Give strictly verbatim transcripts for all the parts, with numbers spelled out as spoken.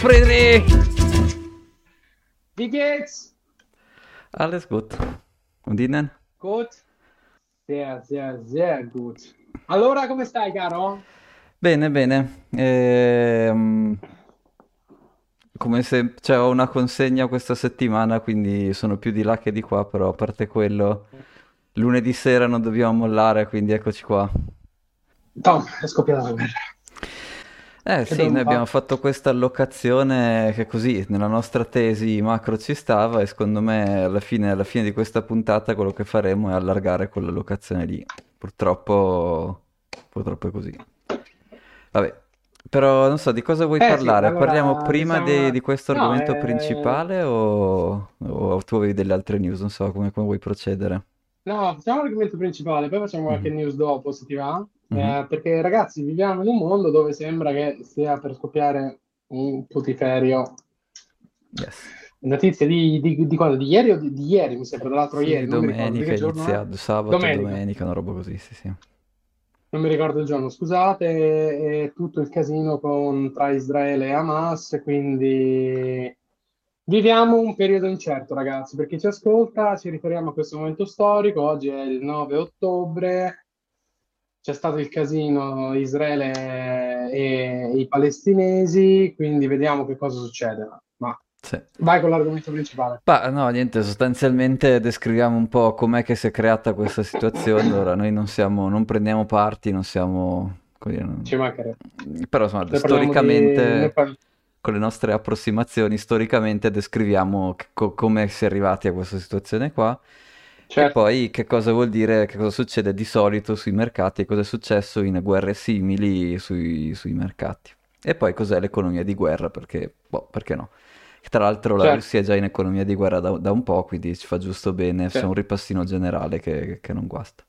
Friedrich! Wie geht's? Alles gut. Und Ihnen? Gut? Sehr, sehr, sehr gut. Allora, come stai, caro? Bene, bene. Ehm, come se c'è una consegna questa settimana, quindi sono più di là che di qua, però a parte quello, lunedì sera non dobbiamo mollare, quindi eccoci qua. Tom, è scoppiata la guerra. Eh Che sì, noi dobbiamo abbiamo fare? fatto questa allocazione che così nella nostra tesi macro ci stava e secondo me alla fine, alla fine di questa puntata quello che faremo è allargare quell'allocazione lì. Purtroppo, purtroppo è così. Vabbè, però non so di cosa vuoi Eh sì, parlare. Parliamo allora, prima di, diciamo... di questo No, argomento eh... principale o, o tu avevi delle altre news? Non so come, come vuoi procedere. no, facciamo l'argomento principale, poi facciamo qualche Mhm, news dopo, se ti va. mhm. Eh, perché, ragazzi, viviamo in un mondo dove sembra che stia per scoppiare un putiferio. Yes. Notizia di, di, di quando? Di ieri o di, di ieri, mi sembra, dall'altro Sì, ieri, non mi ricordo di domenica che giorno è. iniziato, sabato, Domenica. domenica, una roba così, sì, sì. Non mi ricordo il giorno, scusate, è tutto il casino con, tra Israele e Hamas, quindi viviamo un periodo incerto, ragazzi. Per chi ci ascolta, ci riferiamo a questo momento storico. Oggi è il nove ottobre, c'è stato il casino Israele e i palestinesi, quindi vediamo che cosa succede. Ma Sì. vai con l'argomento principale. Bah, no, niente, sostanzialmente descriviamo un po' com'è che si è creata questa situazione. Ora, noi non siamo, non prendiamo parti, non siamo, come dire, non- Ci mancherebbe. però insomma, Noi parliamo di... Noi storicamente, par- con le nostre approssimazioni, storicamente descriviamo che co- come si è arrivati a questa situazione qua e Certo, poi che cosa vuol dire, che cosa succede di solito sui mercati e cosa è successo in guerre simili sui, sui mercati. E poi cos'è l'economia di guerra, perché, boh, perché no? Che tra l'altro la certo, Russia è già in economia di guerra da, da un po', quindi ci fa giusto bene, c'è un certo. ripassino generale che, che non guasta.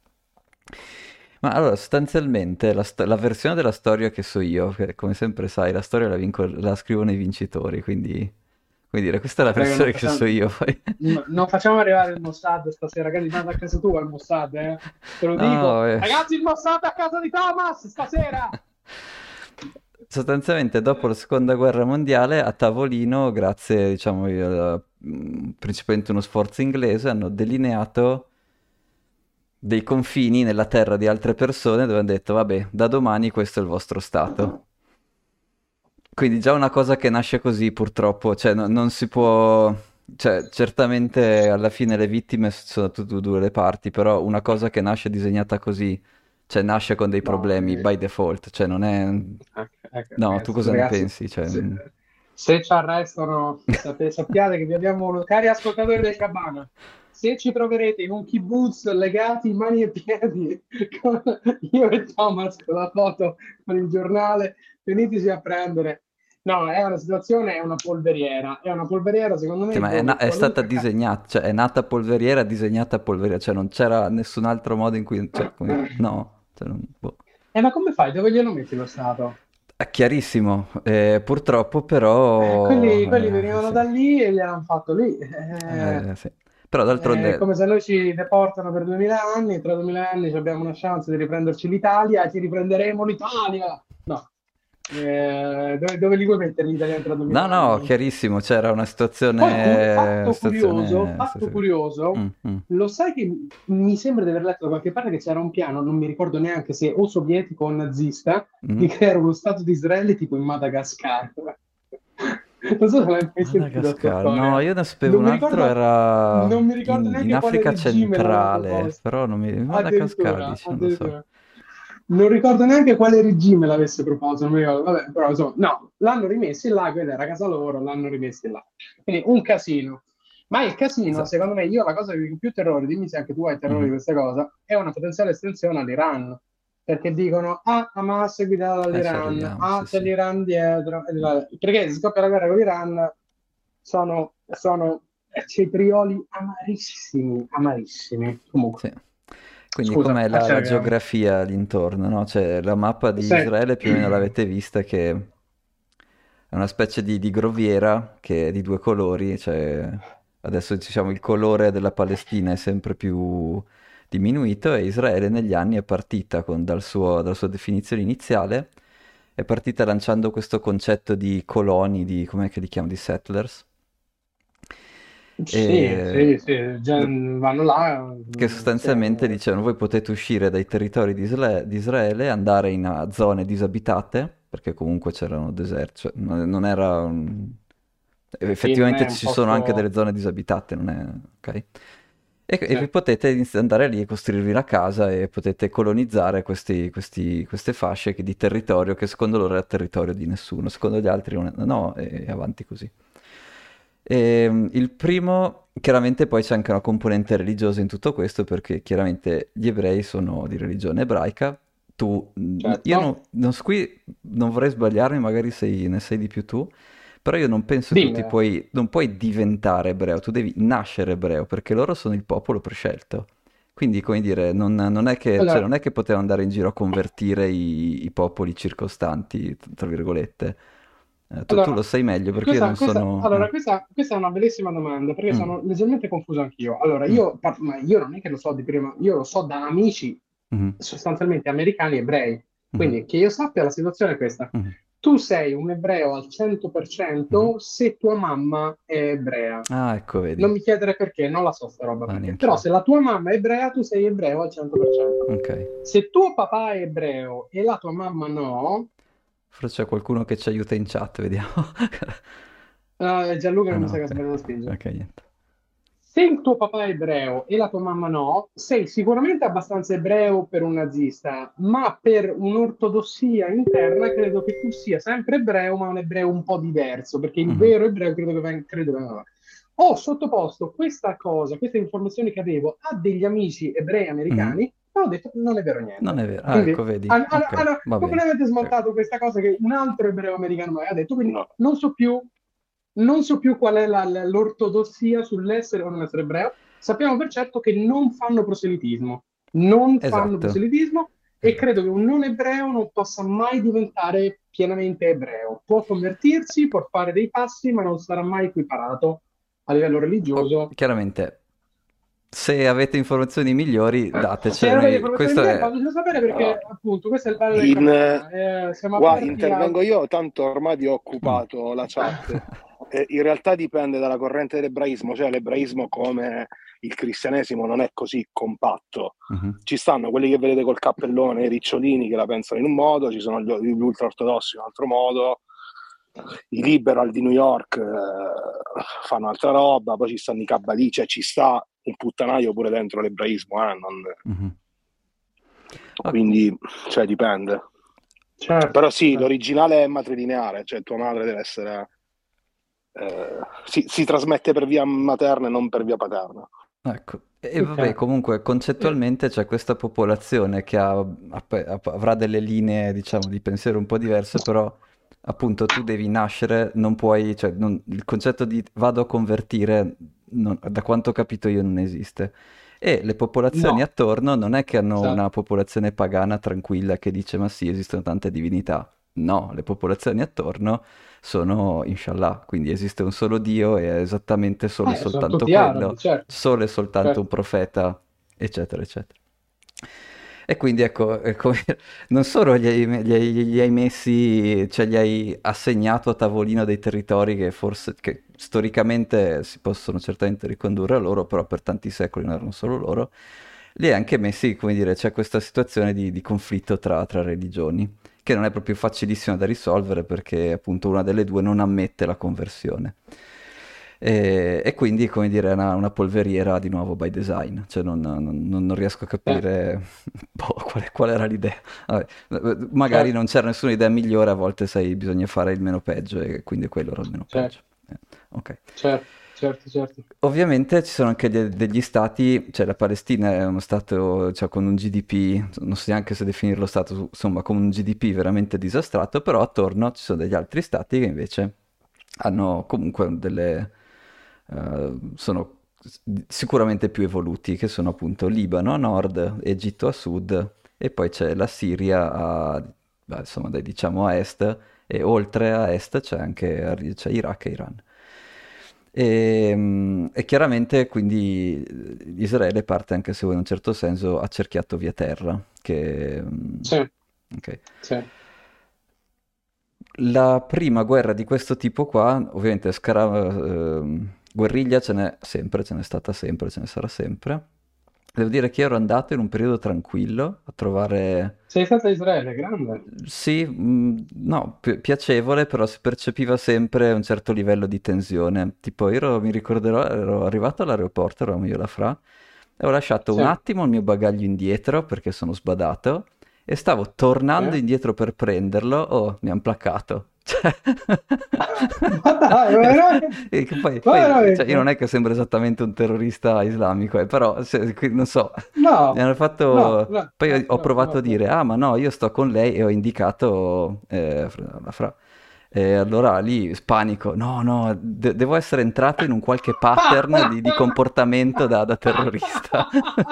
Ma allora, sostanzialmente, la, sto- la versione della storia che so io, che come sempre sai, la storia la, vinco- la scrivono i vincitori, quindi, come dire, questa è la Ci prego, non versione che so facciamo, io, poi... n- non facciamo arrivare il Mossad stasera, che è arrivato a casa tua il Mossad, eh? Te lo No, dico. eh. Ragazzi, il Mossad è a casa di Thomas stasera! Sostanzialmente dopo la seconda guerra mondiale a tavolino, grazie diciamo al- mh, principalmente uno sforzo inglese, hanno delineato dei confini nella terra di altre persone dove hanno detto vabbè, da domani questo è il vostro stato. Quindi già una cosa che nasce così purtroppo, cioè no- non si può, cioè certamente alla fine le vittime sono tutte e due le parti, però una cosa che nasce disegnata così, cioè nasce con dei No, problemi eh, by default, cioè non è... ecco, ecco, No, tu ragazzi, cosa ne ragazzi, pensi? Cioè... se, mm. se ci arrestano, sapete- sappiate che vi abbiamo, cari ascoltatori del Cabana, se ci troverete in un kibbutz legati in mani e piedi, con io e Thomas con la foto con il giornale, veniteci a prendere. No, è una situazione, è una polveriera, è una polveriera secondo Sì, me ma è, na- dove è stata qualunque... ca- disegnata, cioè è nata polveriera, disegnata polveriera, cioè non c'era nessun altro modo in cui, cioè, come dire, no, cioè, non- boh. Eh, ma come fai? Dove glielo metti lo Stato? È chiarissimo, eh, purtroppo Eh, però, quelli, quelli eh, venivano sì, da lì e gliel'hanno fatto lì. Eh, eh, sì. Però è d'altronde, come se noi ci deportano per duemila anni, tra duemila anni ci abbiamo una chance di riprenderci l'Italia e ci riprenderemo l'Italia. No. Eh, dove, dove li vuoi mettere gli italiani tra no, duemila no, anni? chiarissimo, c'era una Poi, cu- situazione, fatto curioso, situazione, sì, fatto sì. curioso, Mm, mm. lo sai che mi sembra di aver letto da qualche parte che c'era un piano, non mi ricordo neanche se o sovietico o nazista, di Mhm. creare uno Stato di Israele tipo in Madagascar. Non so se l'hai mai sentita questa Madagascar, no, storia. io ne sapevo Non un mi altro, ricordo, era non mi ricordo in, in neanche quale Africa regime l'aveva centrale, proposto. però non mi... Madagascar, Addirittura, dici, non lo so. addirittura. Non ricordo neanche quale regime l'avesse proposto, non mi ricordo. Vabbè, però insomma, no, l'hanno rimessi là, quella era casa loro, l'hanno rimessi là. Quindi un casino. Ma il casino, Esatto. secondo me, io la cosa che ho più terrore, dimmi se anche tu hai terrore di Mhm. questa cosa, è una potenziale estensione all'Iran. Perché dicono, ah, Hamas è guidata Eh, ci dall'Iran, arriviamo, sì, ah, c'è sì. l'Iran dietro. e la- Perché se scoppia la guerra con l'Iran sono, sono cetrioli amarissimi, amarissimi. Comunque, Sì. Quindi scusa, com'è ma la, ci la arriviamo. geografia lì intorno, no? Cioè, la mappa di Sì. Israele più o meno l'avete vista che è una specie di, di groviera che è di due colori, cioè adesso diciamo il colore della Palestina è sempre più diminuito e Israele negli anni è partita con, dal suo- dalla sua definizione iniziale è partita lanciando questo concetto di coloni, di, com'è che li chiamo, di settlers, Sì, e sì, sì, già do- vanno là, che mm, sì, sostanzialmente dicevano voi potete uscire dai territori di, Isla- di Israele, andare in uh, zone disabitate, perché comunque c'erano deserti, cioè, non non era un... sì, non Effettivamente è un ci sono anche posto, delle zone disabitate, non è... ok? E, e sì, vi potete inizi- andare lì e costruirvi la casa e potete colonizzare questi- questi- queste fasce che- di territorio che secondo loro è territorio di nessuno, secondo gli altri non è- no, e avanti così. E, il primo, chiaramente poi c'è anche una componente religiosa in tutto questo perché chiaramente gli ebrei sono di religione ebraica. Tu, n- io certo. non, non, s- qui non vorrei sbagliarmi, magari sei- ne sai di più tu, però io non penso tu ti Dimmi. puoi, non puoi diventare ebreo, tu devi nascere ebreo perché loro sono il popolo prescelto. Quindi, come dire, non, non è che, cioè, Allora, non è che potevano andare in giro a convertire i, i popoli circostanti, tra virgolette. Eh, tu, tu lo allora, sai meglio perché io questa, non questa- sono... allora, eh. questa, questa è una bellissima domanda perché Mm, sono leggermente confuso anch'io. Allora, mm, io, par- ma io non è che lo so di prima, io lo so da amici mhm, sostanzialmente americani ebrei. mhm, Quindi, che io sappia, la situazione è questa. mhm, Tu sei un ebreo al mhm. cento per cento se tua mamma è ebrea. Ah, ecco, Non vedi. mi chiedere perché, non la so sta roba Ma perché. neanche Però io. se la tua mamma è ebrea, tu sei ebreo al cento per cento. Ok. Se tuo papà è ebreo e la tua mamma no, Forse c'è qualcuno che ci aiuta in chat, vediamo. eh, è Gianluca Ah che mi no, sa che ha ok. sbagliato a spingere. Ok, niente. Se il tuo papà è ebreo e la tua mamma no, sei sicuramente abbastanza ebreo per un nazista, ma per un'ortodossia interna credo che tu sia sempre ebreo, ma un ebreo un po' diverso, perché il Mhm, vero ebreo credo che venga, credo venga da là. Ho sottoposto questa cosa, queste informazioni che avevo a degli amici ebrei mhm. americani, ma ho detto non è vero Non niente. è vero. Ah, Quindi ecco, vedi. hanno, hanno- Ok, hanno va bene. completamente Ok. smontato questa cosa che un altro ebreo americano mi aveva detto, quindi No. non so più, non so più qual è la- la- l'ortodossia sull'essere o non essere ebreo. Sappiamo per certo che non fanno proselitismo, non fanno Esatto. proselitismo e Esatto. credo che un non ebreo non possa mai diventare pienamente ebreo. Può convertirsi, può fare dei passi, ma non sarà mai equiparato a livello O- religioso. chiaramente, se avete informazioni migliori, Se avete datecele. informazioni Questo migliori, è... fatecelo sapere perché appunto questo è il bello del In, eh, canale. Eh, siamo Qua aperti a... intervengo io, tanto ormai vi ho Mm. occupato la chat. Eh, in realtà dipende dalla corrente dell'ebraismo, cioè l'ebraismo come il cristianesimo non è così compatto. Mhm. Ci stanno quelli che vedete col cappellone, i ricciolini che la pensano in un modo, ci sono gli, gli ultra-ortodossi in un altro modo, i liberal di New York eh, fanno altra roba, poi ci stanno i cabbalì, cioè ci sta un puttanaio pure dentro l'ebraismo, eh, non... Mhm. Ok. quindi cioè, dipende. Certo, Però sì, certo. l'originale è matrilineare, cioè tua madre deve essere... eh, si, si trasmette per via materna e non per via paterna. Ecco, e Ok. vabbè, comunque Eh, concettualmente c'è questa popolazione che ha- ha- avrà delle linee, diciamo, di pensiero un po' diverse, però appunto tu devi nascere, non puoi, cioè non- il concetto di vado a convertire, non- da quanto ho capito io, non esiste. E le popolazioni no, attorno non è che hanno esatto. una popolazione pagana tranquilla che dice ma sì, esistono tante divinità. No, le popolazioni attorno sono Inshallah, quindi esiste un solo Dio e è esattamente solo e Eh, sono soltanto tutti arabi, quello, certo, solo e soltanto un certo. profeta, eccetera, eccetera. E quindi ecco, è come- non solo gli hai, gli hai- gli hai messi, cioè gli hai assegnato a tavolino dei territori che forse, che storicamente si possono certamente ricondurre a loro, però per tanti secoli non erano solo loro, li hai anche messi, come dire, c'è questa situazione di, di conflitto tra, tra religioni, che non è proprio facilissima da risolvere perché appunto una delle due non ammette la conversione. E, e quindi, come dire, è una, una polveriera di nuovo by design, cioè non, non- non riesco a Eh, capire boh, qual, qual era l'idea. Vabbè, eh, magari certo, non c'era nessuna idea migliore, a volte sai, bisogna fare il meno peggio e quindi quello era il meno certo, peggio. Eh, ok. certo, certo, certo. Ovviamente ci sono anche de- degli stati, cioè la Palestina è uno stato cioè, con un G D P, non so neanche se definirlo stato, insomma, con un G D P veramente disastrato, però attorno ci sono degli altri stati che invece hanno comunque delle... eh, sono sicuramente più evoluti, che sono appunto Libano a nord, Egitto a sud e poi c'è la Siria a, beh, insomma, dai, diciamo a est e oltre a est c'è anche c'è Iraq e Iran. E, mm, e chiaramente quindi eh, Israele parte anche se vuoi in un certo senso accerchiato via terra, che... mm, Sì, ok. sì. La prima guerra di questo tipo qua, ovviamente scara- ehm, guerriglia ce n'è sempre, ce n'è stata sempre, ce ne sarà sempre. Devo dire che io ero andato in un periodo tranquillo a trovare. Sei stato a Israele, grande. Sì, mh, no, pi- piacevole, però si percepiva sempre un certo livello di tensione. Tipo, io ero- mi ricorderò, ero arrivato all'aeroporto, eravamo io e la Fra, e ho lasciato un Sì, attimo il mio bagaglio indietro perché sono sbadato e stavo sì. tornando indietro per prenderlo. Oh, mi hanno placcato. Cioè. Ma dai, veramente? E che poi, Ma poi, cioè, io non veramente? è che sembro esattamente un terrorista islamico, eh, però se- qui- non so, mi No, hanno no, fatto. no, Poi ho, no, ho no, provato a no, no. dire, ah, ma no, io sto con lei e ho indicato eh, Fra- la Fra. E allora lì panico, no, no, de- devo essere entrato in un qualche pattern di, di comportamento da, da terrorista.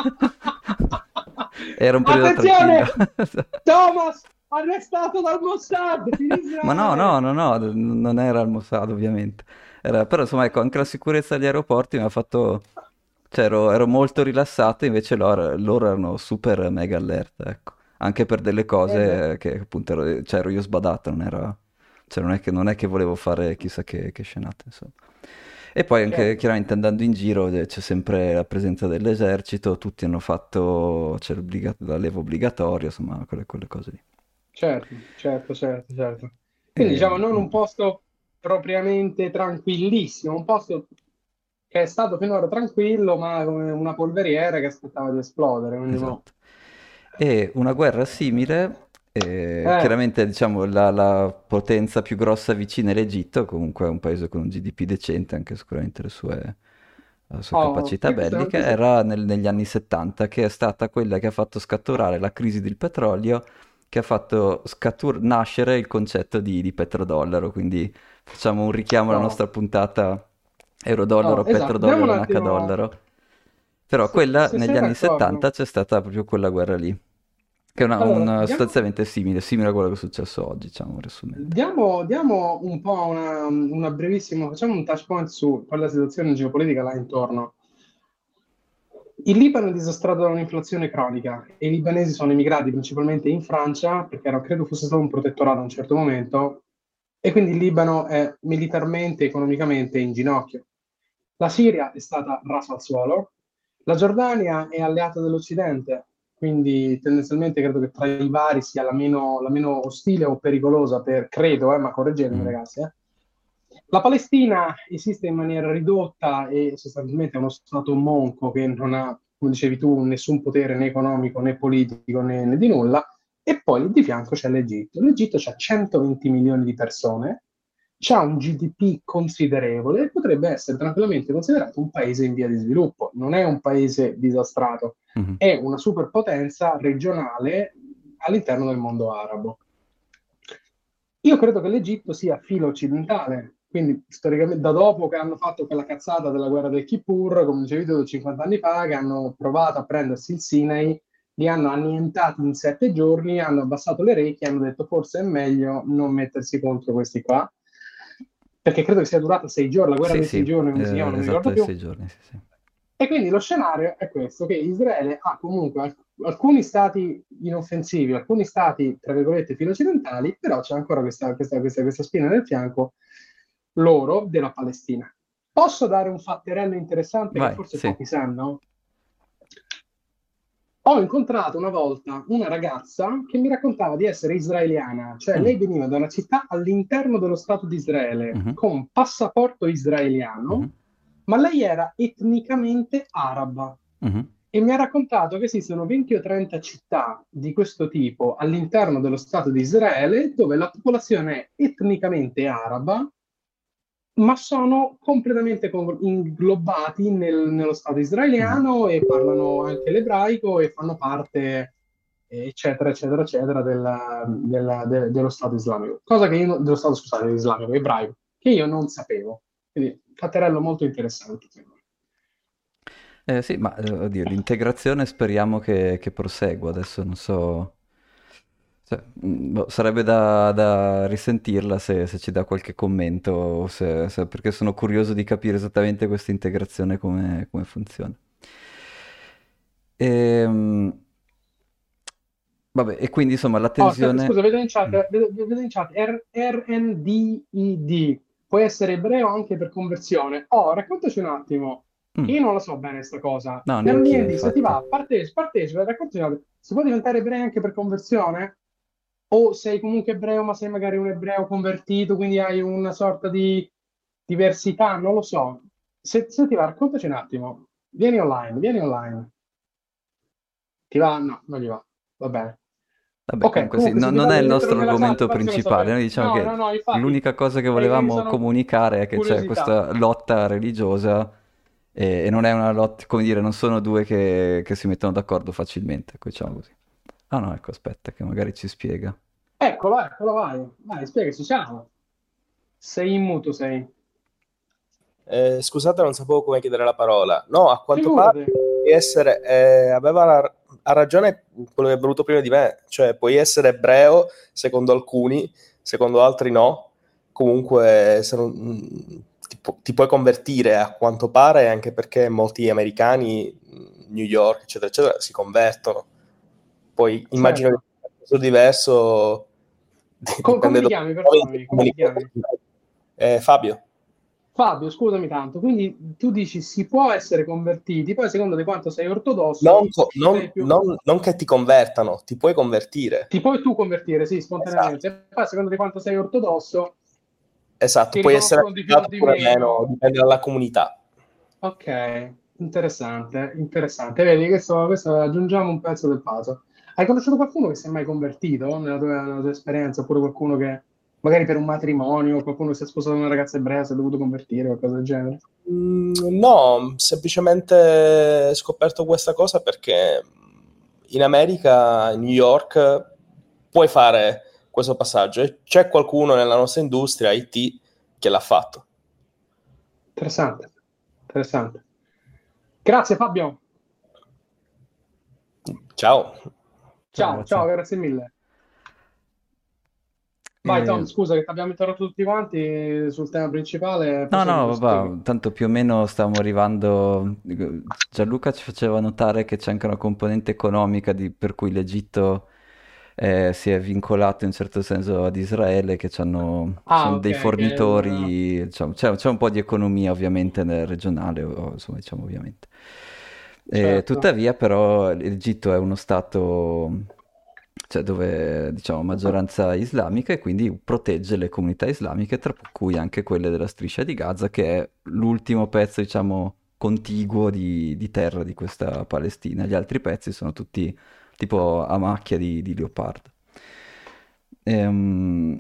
Era un periodo tranquillo. Attenzione! Thomas, arrestato dal Mossad in Ma no, no, Israele! no, no, n- non era il Mossad ovviamente. Era- però insomma, ecco, anche la sicurezza agli aeroporti mi ha fatto. Cioè, ero, ero molto rilassato, invece loro, loro erano super mega allerta, ecco. Anche per delle Eh beh, cose che appunto ero, cioè, ero io sbadato, non era. Cioè, non è che, non è che volevo fare chissà che, che scenate, insomma. E poi anche, certo, chiaramente, andando in giro eh, c'è sempre la presenza dell'esercito, tutti hanno fatto, c'è l'obbliga- la leva obbligatoria, insomma, quelle, quelle cose lì. certo, certo, certo, certo. Quindi E, diciamo non mm, un posto propriamente tranquillissimo, un posto che è stato finora tranquillo, ma come una polveriera che aspettava di esplodere. Quindi, mo. esatto. E una guerra simile, eh, Eh, chiaramente diciamo la, la potenza più grossa vicina è l'Egitto, comunque è un paese con un G D P decente, anche sicuramente le sue, la sua oh, capacità e questo, bellica, questo- era nel- negli anni settanta, che è stata quella che ha fatto scaturare la crisi del petrolio, che ha fatto scatur- nascere il concetto di, di petrodollaro, quindi facciamo un richiamo alla oh, nostra puntata oh, euro-dollaro, esatto. Vediamo un petrodollaro, attimo N H-dollaro. Però se, quella se negli sei anni settanta d'accordo. c'è stata proprio quella guerra lì, che è una, Allora, un- diamo, sostanzialmente simile, simile a quello che è successo oggi, diciamo, riassumendo. diamo, diamo un po' una, una brevissima, facciamo un touch point su quella situazione geopolitica là intorno. Il Libano è disastrato da un'inflazione cronica e i libanesi sono emigrati principalmente in Francia, perché era, credo fosse stato un protettorato a un certo momento, e quindi il Libano è militarmente e economicamente in ginocchio. La Siria è stata rasa al suolo, la Giordania è alleata dell'Occidente, quindi tendenzialmente credo che tra i vari sia la meno, la meno ostile o pericolosa per, credo, eh, ma correggetemi Mm. ragazzi, eh. La Palestina esiste in maniera ridotta e sostanzialmente è uno Stato monco che non ha, come dicevi tu, nessun potere né economico né politico né, né di nulla. E poi di fianco c'è l'Egitto. L'Egitto ha centoventi milioni di persone, ha un G D P considerevole e potrebbe essere tranquillamente considerato un paese in via di sviluppo. Non è un paese disastrato, Mhm. è una superpotenza regionale all'interno del mondo arabo. Io credo che l'Egitto sia filo occidentale, quindi storicamente da dopo che hanno fatto quella cazzata della guerra del Kippur, come dicevi tu, cinquanta anni fa, che hanno provato a prendersi il Sinai, li hanno annientati in sette giorni, hanno abbassato le orecchie e hanno detto forse è meglio non mettersi contro questi qua, perché credo che sia durata sei giorni, la guerra Sì, dei sì, sei giorni, come si chiama, eh, non mi esatto, ricordo dai più. sei giorni, sì, sì. E quindi lo scenario è questo, che Israele ha comunque alc- alcuni stati inoffensivi, alcuni stati, tra virgolette, filo-occidentali, però c'è ancora questa, questa, questa, questa spina nel fianco loro della Palestina. Posso dare un fatterello interessante che Vai, forse sì. pochi sanno? Ho incontrato una volta una ragazza che mi raccontava di essere israeliana, cioè Mm, lei veniva da una città all'interno dello Stato di Israele mhm, con passaporto israeliano, mhm, ma lei era etnicamente araba mhm, e mi ha raccontato che esistono venti o trenta città di questo tipo all'interno dello Stato di Israele dove la popolazione è etnicamente araba, ma sono completamente con- inglobati nel- nello Stato mhm. israeliano e parlano anche l'ebraico e fanno parte, eh, eccetera, eccetera, eccetera, della- della- de- dello Stato islamico. Cosa che io, non- dello Stato, scusate, islamico, ebraico, che io non sapevo. Quindi, fatterello molto interessante. Secondo me. Eh, sì, ma eh, oddio, l'integrazione speriamo che, che prosegua, adesso non so. Cioè, mm, boh, sarebbe da, da risentirla se, se ci dà qualche commento, o se- se- perché sono curioso di capire esattamente questa integrazione come, come funziona. Ehm, Vabbè, e quindi insomma la Oh, aspetta, tensione... scusa, vedo in chat, Mm, vedo, vedo in chat R- RNDED, può essere ebreo anche per conversione. Oh, raccontaci un attimo, che mm, io non la so bene sta cosa. no, Nel neanch'io, D and D, se ti infatti. va, partecipa, partecipa, raccontaci un attimo. Si può diventare ebreo anche per conversione? O sei comunque ebreo, ma sei magari un ebreo convertito, quindi hai una sorta di diversità? Non lo so. Se, se ti va, raccontaci un attimo. Vieni online, vieni online. Ti va? No, non gli va. Va bene. Vabbè, Ok, comunque sì, comunque no- se ti non va è devi il metterlo nostro nella chat, argomento faccelo principale. sapere. Noi diciamo No, che no, no, infatti, l'unica cosa che eh, eh, volevamo sono comunicare è che c'è curiosità. questa lotta religiosa e, e non è una lotta, come dire, non sono due che, che si mettono d'accordo facilmente, ecco, diciamo così. Ah no, ecco, aspetta, che magari ci spiega. Eccolo, eccolo, vai. Vai, spiegaci, ciao. Sei in muto, sei. Eh, scusate, non sapevo come chiedere la parola. No, a quanto pare Figurati. puoi essere, eh, aveva la- ha ragione quello che è venuto prima di me, cioè puoi essere ebreo secondo alcuni, secondo altri no. Comunque se non- mm, ti, pu- ti puoi convertire a quanto pare, anche perché molti americani, mm, New York, eccetera, eccetera, si convertono. Poi immagino che Certo. sia un processo diverso, Co- come dipende ti da chiami, come ti perdonami? Come ti comunichi. chiami? Eh, Fabio. Fabio, scusami tanto. Quindi tu dici si può essere convertiti, poi a seconda di quanto sei Non, ortodosso, co- non- sei più... non- non che ti convertano, ti puoi convertire. Ti puoi tu convertire, sì, Esatto, spontaneamente. E poi a seconda di quanto sei ortodosso, esatto, ti puoi essere riconoscono di più o accettato di oppure meno, meno. dipende dalla comunità. Ok, interessante, interessante. Vedi, questo, questo aggiungiamo un pezzo del puzzle. Hai conosciuto qualcuno che si è mai convertito nella tua, nella tua esperienza? Oppure qualcuno che magari per un matrimonio, qualcuno che si è sposato con una ragazza ebrea si è dovuto convertire, qualcosa del genere? Mm, no, semplicemente ho scoperto questa cosa perché in America, a New York, puoi fare questo passaggio e c'è qualcuno nella nostra industria I T che l'ha fatto. Interessante, interessante. Grazie Fabio. Ciao. Ciao, Ciao, ciao, grazie. grazie mille. Vai Eh, Tom, scusa che ti abbiamo interrotto tutti quanti sul tema principale, No, prosegui, no, prosegui. vabbè, tanto più o meno stiamo arrivando. Gianluca ci faceva notare che c'è anche una componente economica di- per cui l'Egitto eh, si è vincolato in certo senso ad Israele, che c'hanno, Ah, sono ok, dei che il... fornitori, diciamo, c'è, c'è un po' di economia ovviamente nel regionale, o, insomma, diciamo ovviamente. Eh, Certo. tuttavia, però, l'Egitto è uno stato, cioè, dove diciamo maggioranza islamica e quindi protegge le comunità islamiche, tra cui anche quelle della striscia di Gaza, che è l'ultimo pezzo, diciamo, contiguo di, di terra di questa Palestina. Gli altri pezzi sono tutti tipo a macchia di, di leopardo. Ehm,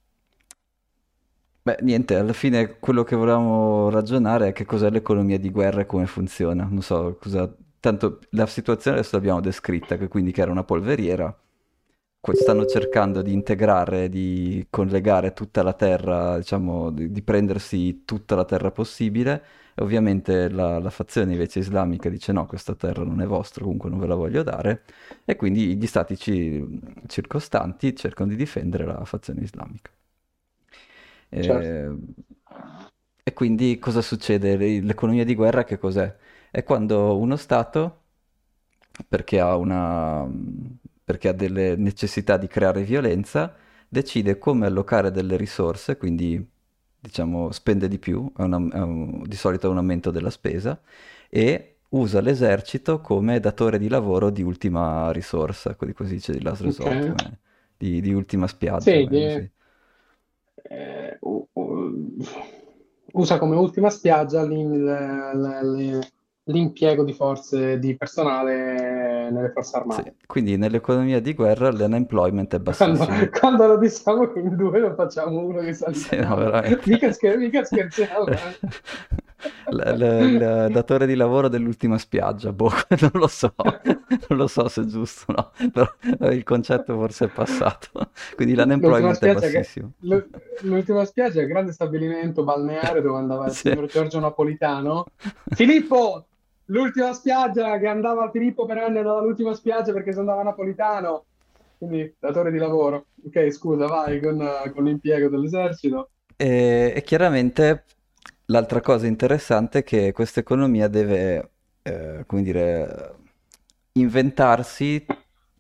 Beh, niente, alla fine quello che volevamo ragionare è che cos'è l'economia di guerra e come funziona. Non so, cosa... Tanto la situazione adesso l'abbiamo descritta, che quindi che era una polveriera. Que- Stanno cercando di integrare, di collegare tutta la terra, diciamo, di, di prendersi tutta la terra possibile. E ovviamente la, la fazione invece islamica dice no, questa terra non è vostra, comunque non ve la voglio dare. E quindi gli stati ci- circostanti cercano di difendere la fazione islamica. Certo. Eh, E quindi cosa succede? Le- L'economia di guerra che cos'è? È quando uno Stato, perché ha una, perché ha delle necessità di creare violenza, decide come allocare delle risorse, quindi diciamo spende di più, ha una- ha un- di solito ha un aumento della spesa, e usa l'esercito come datore di lavoro di ultima risorsa, così così dice di last Ok. resort, come- di, di ultima spiaggia, Sì, come di- così. eh, u- u- usa come ultima spiaggia l'im- le- le- le- l'impiego di forze di personale nelle forze Sì, armate. quindi nell'economia di guerra l'unemployment è Quando, bassissimo. quando lo diciamo che in due lo facciamo uno che sa Sì, no, l'italiano. veramente. Mica, scher- mica scherziamo, eh. L- l- il datore di lavoro dell'ultima spiaggia, boh, non lo so, non lo so se è giusto o no, però eh, il concetto forse è passato, quindi L'ultima l'unemployment è spiaggia, che- bassissimo. l- l'ultima spiaggia è il grande stabilimento balneare dove andava il Sì. signor Giorgio Napolitano. Filippo, l'ultima spiaggia che andava Filippo per anni andava all'ultima spiaggia perché si andava a Napolitano. Quindi datore di lavoro. Ok, scusa, vai con, con l'impiego dell'esercito. E, e chiaramente l'altra cosa interessante è che questa economia deve, eh, come dire, inventarsi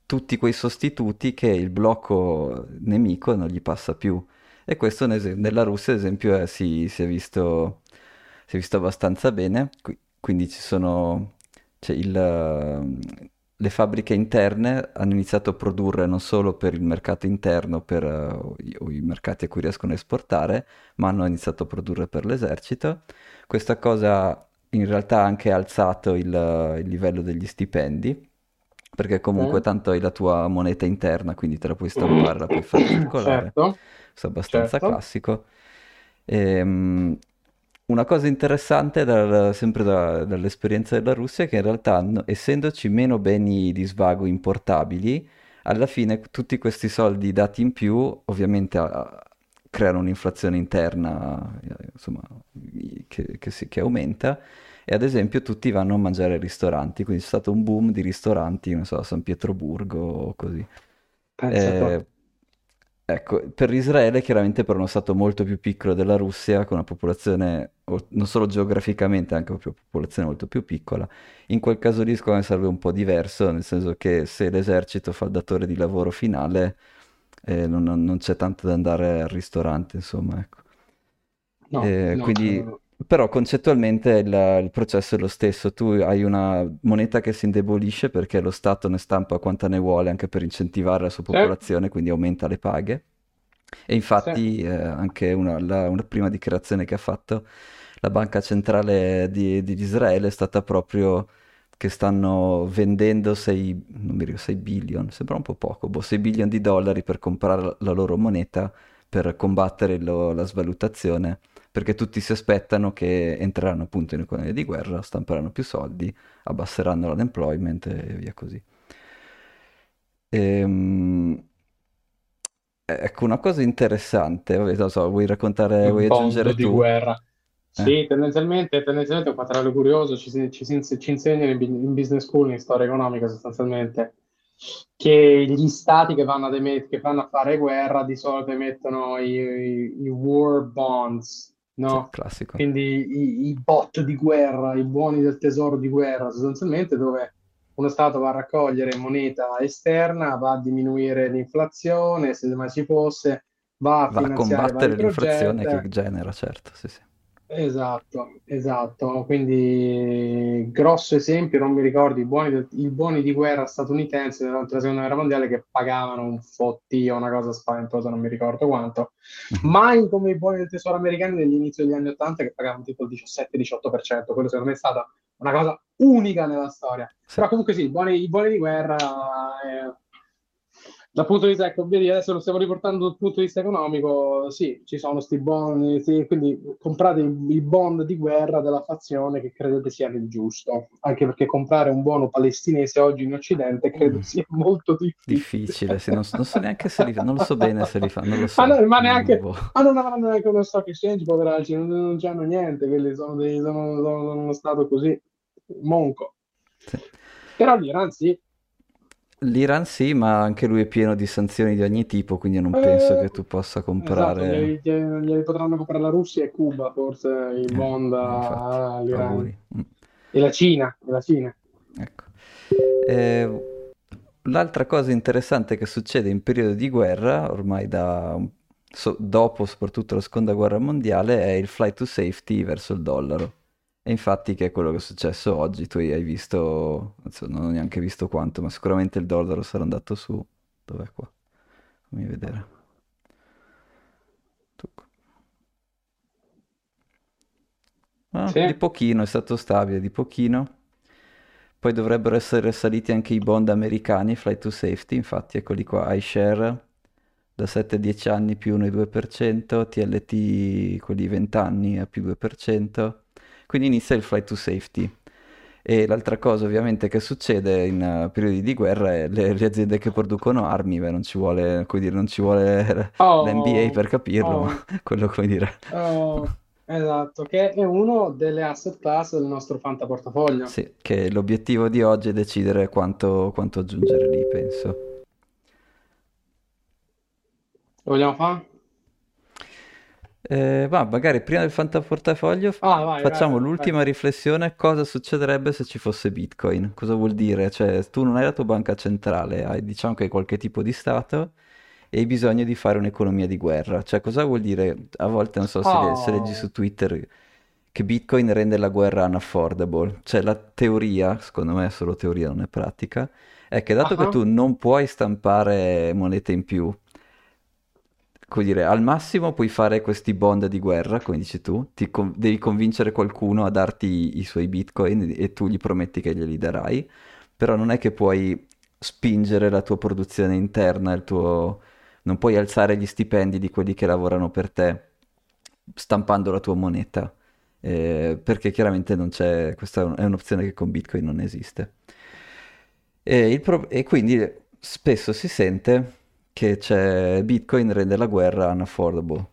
tutti quei sostituti che il blocco nemico non gli passa più. E questo ne- nella Russia, ad esempio, eh, si, si è visto, si è visto abbastanza bene. Qui- quindi ci sono, c'è il, ehm, le fabbriche interne hanno iniziato a produrre non solo per il mercato interno, per eh, o i, o i mercati a cui riescono a esportare, ma hanno iniziato a produrre per l'esercito. Questa cosa in realtà ha anche alzato il, il livello degli stipendi, perché comunque Ok. tanto hai la tua moneta interna, quindi te la puoi stampare, la puoi far circolare. Certo, Questo è abbastanza certo. classico. Ehm, una cosa interessante dal- sempre da- dall'esperienza della Russia è che in realtà, no- essendoci meno beni di svago importabili, alla fine tutti questi soldi dati in più ovviamente a- creano un'inflazione interna, eh, insomma, i- che, che si- che aumenta e ad esempio tutti vanno a mangiare ai ristoranti, quindi c'è stato un boom di ristoranti, non so, a San Pietroburgo o così. Pensa a te. Eh, ecco, per Israele chiaramente per uno stato molto più piccolo della Russia, con una popolazione, o- non solo geograficamente, anche proprio popolazione molto più piccola, in quel caso lì secondo me serve un po' diverso, nel senso che se l'esercito fa il datore di lavoro finale, eh, non, non- non c'è tanto da andare al ristorante, insomma, ecco. No, Eh, no, no, quindi, no. però concettualmente il, il processo è lo stesso, tu hai una moneta che si indebolisce perché lo Stato ne stampa quanta ne vuole anche per incentivare la sua Sì, popolazione, quindi aumenta le paghe. E sì. infatti eh, anche una, la- una prima dichiarazione che ha fatto la Banca Centrale di, di Israele è stata proprio che stanno vendendo sei, non mi ricordo, sei billion, sembra un po' poco, boh, sei billion di dollari per comprare la, la loro moneta per combattere il- la svalutazione, perché tutti si aspettano che entreranno appunto in economia di guerra, stamperanno più soldi, abbasseranno l'unemployment e via così. Ehm, ecco, una cosa interessante, vabbè, non so, vuoi raccontare, vuoi Bond aggiungere di tu? guerra. Eh, Sì, tendenzialmente, tendenzialmente un materiale curioso ci, si- ci, si ins- ci insegnano in, bi- in business school, in storia economica sostanzialmente, che gli stati che vanno, ad emet- che vanno a fare guerra di solito emettono i, i- i war bonds, sì, no? classico. Quindi i, i bot di guerra, i buoni del tesoro di guerra, sostanzialmente dove uno Stato va a raccogliere moneta esterna, va a diminuire l'inflazione, se mai ci fosse, va a Va a finanziare vari combattere l'inflazione progetti. che genera, certo, sì, sì. Esatto, esatto. Quindi, grosso esempio, non mi ricordo, i buoni, del- i buoni di guerra statunitensi durante la seconda guerra mondiale che pagavano un fottio, una cosa spaventosa, non mi ricordo quanto, Mhm. mai come i buoni del tesoro americani dell'inizio degli anni ottanta che pagavano tipo il diciassette-diciotto per cento. Quello secondo me è stata una cosa unica nella storia. Sì. Però comunque sì, i buoni, i buoni di guerra, eh, dal punto di vista, ecco, vedi, adesso lo stiamo riportando dal punto di vista economico, sì, ci sono sti bond, sì, quindi comprate i, i bond di guerra della fazione che credete sia il giusto, anche perché comprare un buono palestinese oggi in Occidente credo Mm. sia molto difficile. Difficile, sì, non, non so neanche se li fa, non lo so bene se li fa, non lo Ma, so. no, ma Mm, neanche, boh. ma non avranno neanche uno stock exchange, poveracci, non, non c'hanno niente, quelli sono, dei, sono, sono- sono uno stato così, monco. Sì. Però l'Iran sì. L'Iran sì, ma anche lui è pieno di sanzioni di ogni tipo, quindi non penso Eh, che tu possa esatto, comprare... glieli, glieli- glieli potranno comprare la Russia e Cuba, forse i Eh, bond eh, infatti, all'Iran. auguri. Mm. E la Cina, e la Cina. Ecco. Eh, l'altra cosa interessante che succede in periodo di guerra, ormai da, un- so- dopo soprattutto la seconda guerra mondiale, è il flight to safety verso il dollaro. E infatti che è quello che è successo oggi, tu hai visto, adesso non ho neanche visto quanto, ma sicuramente il dollaro sarà andato su. Dov'è qua? Fammi vedere. Tuc. Ah, Sì, di pochino, è stato stabile, di pochino. Poi dovrebbero essere saliti anche i bond americani, flight to safety, infatti eccoli qua, iShare da sette a dieci anni più uno virgola due per cento, T L T quelli venti anni a più due per cento, quindi inizia il flight to safety. E l'altra cosa ovviamente che succede in eh, periodi di guerra è le, le aziende che producono armi, beh, non ci vuole, come dire, non ci vuole l'N B A oh, per capirlo, ma oh, quello come dire... oh, esatto, che è uno delle asset class del nostro fantaportafoglio. Sì, che l'obiettivo di oggi è decidere quanto, quanto aggiungere lì, penso. Lo vogliamo fare? Eh, ma magari prima del fantaportafoglio f- Ah, vai, vai, facciamo vai, vai. l'ultima riflessione, cosa succederebbe se ci fosse Bitcoin? Cosa vuol dire? Cioè, tu non hai la tua banca centrale, hai diciamo che hai qualche tipo di stato e hai bisogno di fare un'economia di guerra. Cioè, cosa vuol dire? A volte, non so se, le- se leggi su Oh, Twitter che Bitcoin rende la guerra unaffordable. Cioè, la teoria, secondo me è solo teoria, non è pratica, è che dato che ah, tu non puoi stampare monete in più, come dire, al massimo puoi fare questi bond di guerra, come dici tu, ti con- devi convincere qualcuno a darti i, i suoi bitcoin e tu gli prometti che glieli darai, però non è che puoi spingere la tua produzione interna, il tuo... non puoi alzare gli stipendi di quelli che lavorano per te stampando la tua moneta, eh, perché chiaramente non c'è, questa è un- è un'opzione che con Bitcoin non esiste. E, il pro- e quindi spesso si sente che c'è Bitcoin rende la guerra unaffordable.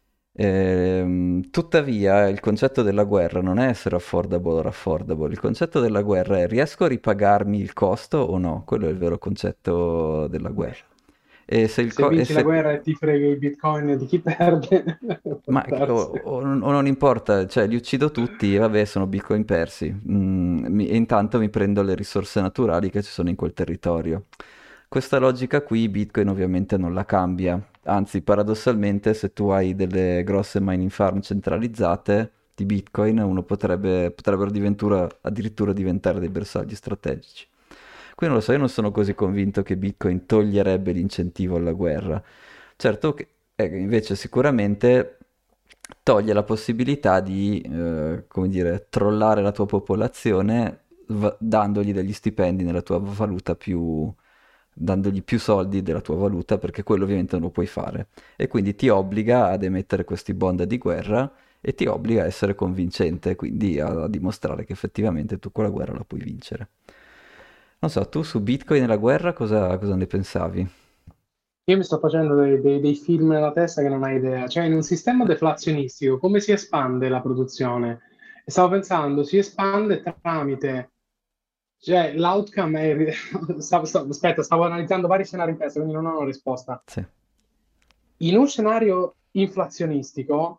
Ehm, tuttavia, il concetto della guerra non è essere affordable o affordable, il concetto della guerra è riesco a ripagarmi il costo o no? Quello è il vero concetto della beh, guerra. E se il se co- e vinci la se- guerra e ti freghi i bitcoin di chi perde, può Ma o, darsi. o non o non importa, cioè li uccido tutti e vabbè, sono bitcoin persi. Mm, mi- e intanto mi prendo le risorse naturali che ci sono in quel territorio. Questa logica qui Bitcoin ovviamente non la cambia, anzi paradossalmente se tu hai delle grosse mining farm centralizzate di Bitcoin, uno potrebbe, potrebbero addirittura, addirittura diventare dei bersagli strategici. Qui non lo so, io non sono così convinto che Bitcoin toglierebbe l'incentivo alla guerra. Certo che eh, invece sicuramente toglie la possibilità di, eh, come dire, trollare la tua popolazione va- dandogli degli stipendi nella tua valuta più, dandogli più soldi della tua valuta, perché quello ovviamente non lo puoi fare. E quindi ti obbliga ad emettere questi bond di guerra e ti obbliga a essere convincente, quindi a, a dimostrare che effettivamente tu quella guerra la puoi vincere. Non so, tu su Bitcoin e la guerra cosa, cosa ne pensavi? Io mi sto facendo dei, dei- dei film nella testa che non hai idea. Cioè, in un sistema deflazionistico, come si espande la produzione? E stavo pensando, si espande tramite... Cioè, l'outcome è... stavo- stavo- aspetta, stavo analizzando vari scenari in testa, quindi non ho una risposta. Sì. In un scenario inflazionistico,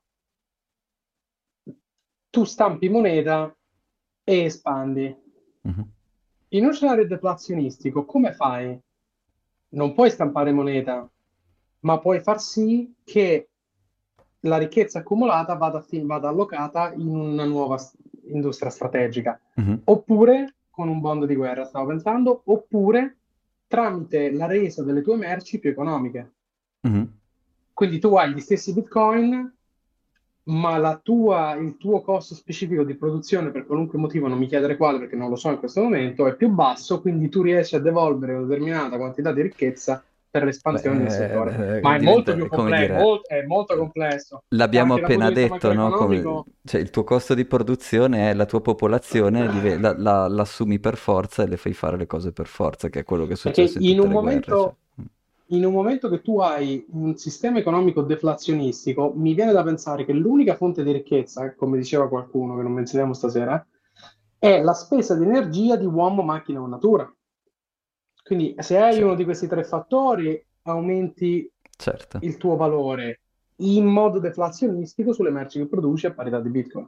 tu stampi moneta e espandi. Mhm. In uno scenario deflazionistico, come fai? Non puoi stampare moneta, ma puoi far sì che la ricchezza accumulata vada, fi- vada allocata in una nuova s- industria strategica. Mhm. Oppure con un bond di guerra, stavo pensando, oppure tramite la resa delle tue merci più economiche. Mhm. Quindi tu hai gli stessi bitcoin, ma la tua- il tuo costo specifico di produzione, per qualunque motivo, non mi chiedere quale perché non lo so in questo momento, è più basso, quindi tu riesci a devolvere una determinata quantità di ricchezza per l'espansione del settore. Beh, eh, Ma è molto diventa, più come complesso, dire, è molto complesso. Cioè, l'abbiamo anche dal punto appena di vista detto, no? Come, macroeconomico, cioè, il tuo costo di produzione è la tua popolazione, dive- la, la- l'assumi per forza e le fai fare le cose per forza, che è quello che è perché successo in in tutte un le guerre. Cioè. momento, in un momento che tu hai un sistema economico deflazionistico, mi viene da pensare che l'unica fonte di ricchezza, come diceva qualcuno che non menzioniamo stasera, è la spesa di energia di uomo, macchina o natura. Quindi se hai Sì, uno di questi tre fattori, aumenti certo. il tuo valore in modo deflazionistico sulle merci che produci a parità di Bitcoin.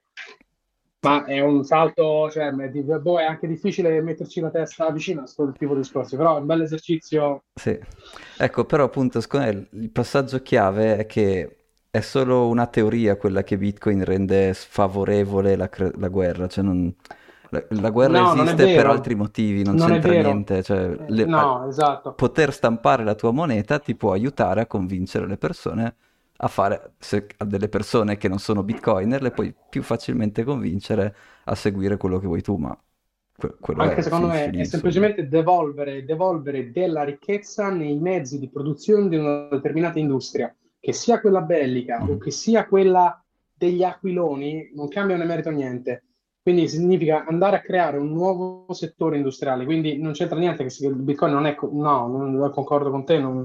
Sì. Ma è un salto, cioè, è di- boh, è anche difficile metterci la testa vicino a questo tipo di discorsi, però è un bel esercizio. Sì. Ecco, però appunto, secondo me il passaggio chiave è che è solo una teoria quella che Bitcoin rende sfavorevole la, cre- la guerra, cioè non- la, la guerra No, non è esiste per vero, altri motivi, non non è c'entra vero. niente, cioè Eh, le- a- no, esatto. poter stampare la tua moneta ti può aiutare a convincere le persone a fare, se a delle persone che non sono Bitcoiner, le puoi più facilmente convincere a seguire quello che vuoi tu, ma que- quello Anche è, secondo me finisce lì, è insomma. semplicemente devolvere, devolvere della ricchezza nei mezzi di produzione di una determinata industria, che sia quella bellica o Mhm. che sia quella degli aquiloni, non cambia né merito niente. Quindi significa andare a creare un nuovo settore industriale. Quindi non c'entra niente che si- il Bitcoin non è... co- No, non concordo con te, non,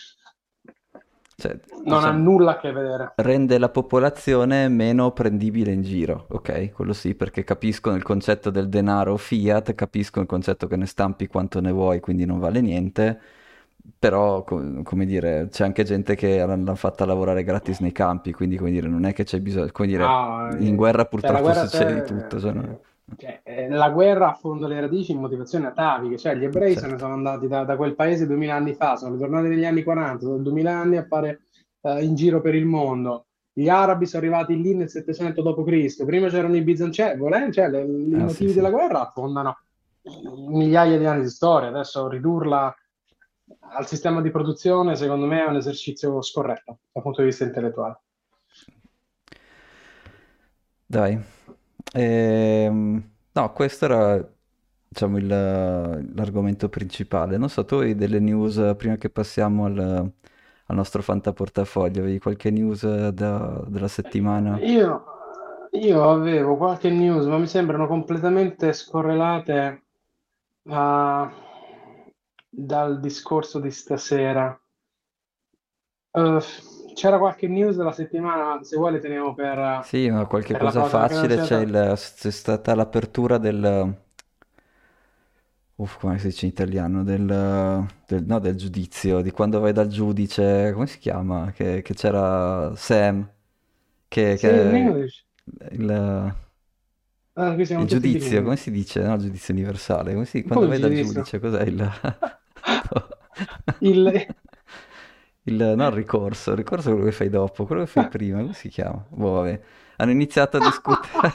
Cioè, non ha diciamo, nulla a che vedere. rende la popolazione meno prendibile in giro, ok? Quello sì, perché capiscono il concetto del denaro fiat, capiscono il concetto che ne stampi quanto ne vuoi, quindi non vale niente. però, co- come dire, c'è anche gente che l'hanno fatta lavorare gratis nei campi, quindi, come dire, non è che c'è bisogno, come dire, No, in eh, guerra cioè la purtroppo guerra, succede di tutto, se- cioè, non- eh, cioè, eh, la guerra affonda le radici in motivazioni ataviche, cioè gli ebrei se ne certo. sono andati da, da quel paese duemila anni fa, sono ritornati negli anni quaranta, sono duemila anni a fare eh, in giro per il mondo. Gli arabi sono arrivati lì nel settecento dopo Cristo, prima c'erano i bizantini, volendo, cioè, le- i Ah, sì, motivi sì. della guerra affondano migliaia di anni di storia, adesso ridurla al sistema di produzione secondo me è un esercizio scorretto dal punto di vista intellettuale. Dai. Ehm, no, questo era, diciamo, il- l'argomento principale. Non so, tu hai delle news, eh, prima che passiamo al, al nostro fantaportafoglio, avevi qualche news eh, da- della settimana? Io, io avevo qualche news, ma mi sembrano completamente scorrelate ah, dal discorso di stasera. Eh, c'era qualche news della settimana, se vuole teniamo per, Sì, ma qualche per la cosa prossima, che non facile, sia c'è tanto. il- c'è stata l'apertura del... Uff, come si dice in italiano? Del, del- no, del giudizio, di quando vai dal giudice, come si chiama? Che, che c'era Sam, che, Sì, in che English. il, Ah, qui siamo il tutti giudizio, come bilingui. si dice? No, il giudizio universale, come si, quando Come vai ci dal giudizio? giudice, cos'è il... Il... il, no, il ricorso, il ricorso è quello che fai dopo, quello che fai prima, come si chiama? Boh, vabbè. Hanno iniziato a discutere.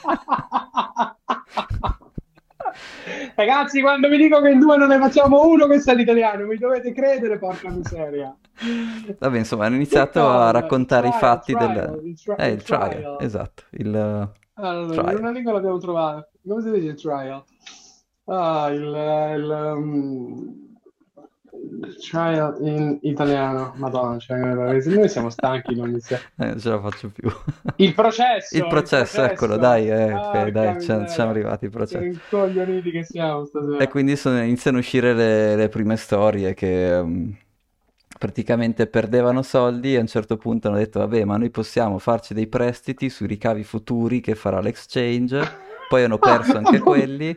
Ragazzi, quando vi dico che in due non ne facciamo uno, questo è l'italiano, mi dovete credere, porca miseria. Vabbè, insomma, hanno Che iniziato a cosa? Il raccontare i trial, fatti trial, del... il, tri- Eh, il il trial, trial. esatto, il eh, Allora, in trial. una lingua l'abbiamo trovato. Come si dice il trial? Ah, il, il, um, il trial in italiano. Madonna, cioè, noi siamo stanchi, non iniziamo. Eh, non ce la faccio più. Il Il processo, il processo, eccolo, processo. dai, eh, ok, Porca dai, ci ci siamo miseria. arrivati, il Che processo. rincoglioniti che siamo E stasera. quindi sono- iniziano a uscire le, le prime storie che ehm, praticamente perdevano soldi e a un certo punto hanno detto, vabbè, ma noi possiamo farci dei prestiti sui ricavi futuri che farà l'exchange, poi hanno perso anche quelli,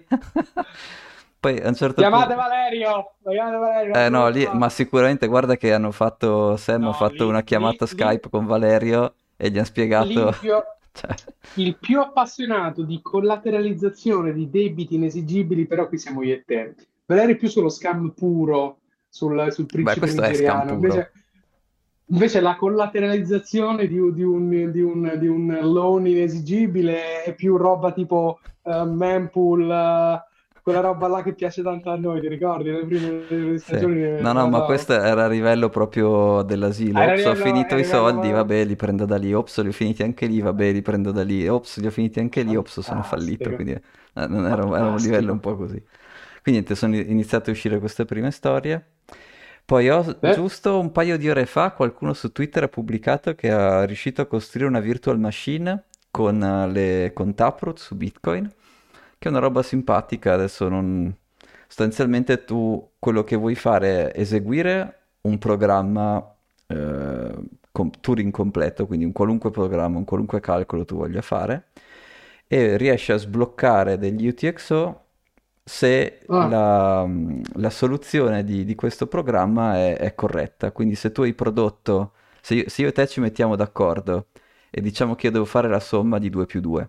poi a un certo Chiamate punto... Valerio! Chiamate Valerio, Eh l'abbiamo no, lì, ma trovato. sicuramente guarda che hanno fatto, Sam ha No, fatto lì, una lì, chiamata lì, Skype con Valerio e gli ha lì spiegato, il più, cioè, il più appassionato di collateralizzazione di debiti inesigibili, però qui siamo io e te. Valerio è più sullo scam puro, sul, sul beh, principe questo è scam nigeriano. puro. Invece, invece la collateralizzazione di, di un, di, un, di un loan inesigibile è più roba tipo uh, mempool, eh, quella roba là che piace tanto a noi, ti ricordi? Le prime Sì. stagioni ne No, no, ma parlavamo. questo era a livello proprio dell'asilo. A Ops, ho livello, finito a i soldi, livello vabbè, li prendo da lì. Ops, li ho finiti anche lì, vabbè, li prendo da lì. Ops, li ho finiti anche lì. Ops, sono fallito. fantastico, Quindi eh, non era, era un livello un fantastico. po' così. Quindi niente, sono iniziate a uscire queste prime storie. Poi ho Eh, giusto un paio di ore fa qualcuno su Twitter ha pubblicato che è riuscito a costruire una virtual machine con, eh, le, con Taproot su Bitcoin, che è una roba simpatica. Adesso non... Sostanzialmente tu quello che vuoi fare è eseguire un programma eh, com- Turing completo, quindi un qualunque programma, un qualunque calcolo tu voglia fare, e riesci a sbloccare degli U T X O se ah, la, la soluzione di, di questo programma è, è corretta. Quindi se tu hai prodotto, se io, se io e te ci mettiamo d'accordo e diciamo che io devo fare la somma di due più due,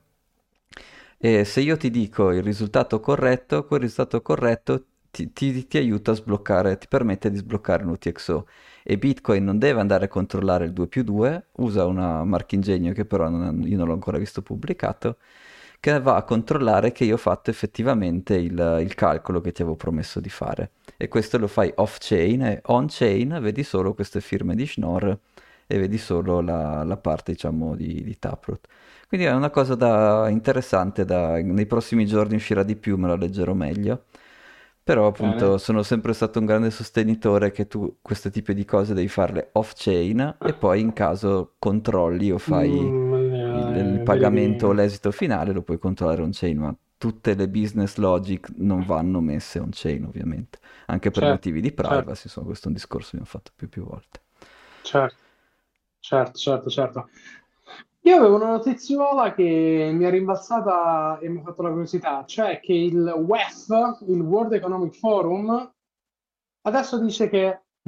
e se io ti dico il risultato corretto, quel risultato corretto ti, ti- ti aiuta a sbloccare, ti permette di sbloccare un U T X O. E Bitcoin non deve andare a controllare il due più due, usa una marchingegno che però non- io non l'ho ancora visto pubblicato, che va a controllare che io ho fatto effettivamente il, il calcolo che ti avevo promesso di fare. E questo lo fai off-chain e on-chain vedi solo queste firme di Schnorr e vedi solo la, la parte, diciamo, di, di Taproot. Quindi è una cosa da- interessante, da- nei prossimi giorni uscirà di più, me la leggerò meglio. Però appunto bene. sono sempre stato un grande sostenitore che tu questo tipo di cose devi farle off-chain e poi in caso controlli o fai Mm, il, il eh, pagamento o verifica. l'esito finale lo puoi controllare on-chain, ma tutte le business logic non vanno messe on-chain ovviamente, anche per Certo, motivi di certo, privacy, insomma questo è un discorso che abbiamo fatto più più volte. certo, certo, certo, certo. Io avevo una notiziola che mi è rimbalzata e mi ha fatto la curiosità, cioè che il W E F, il World Economic Forum, adesso dice che Mm.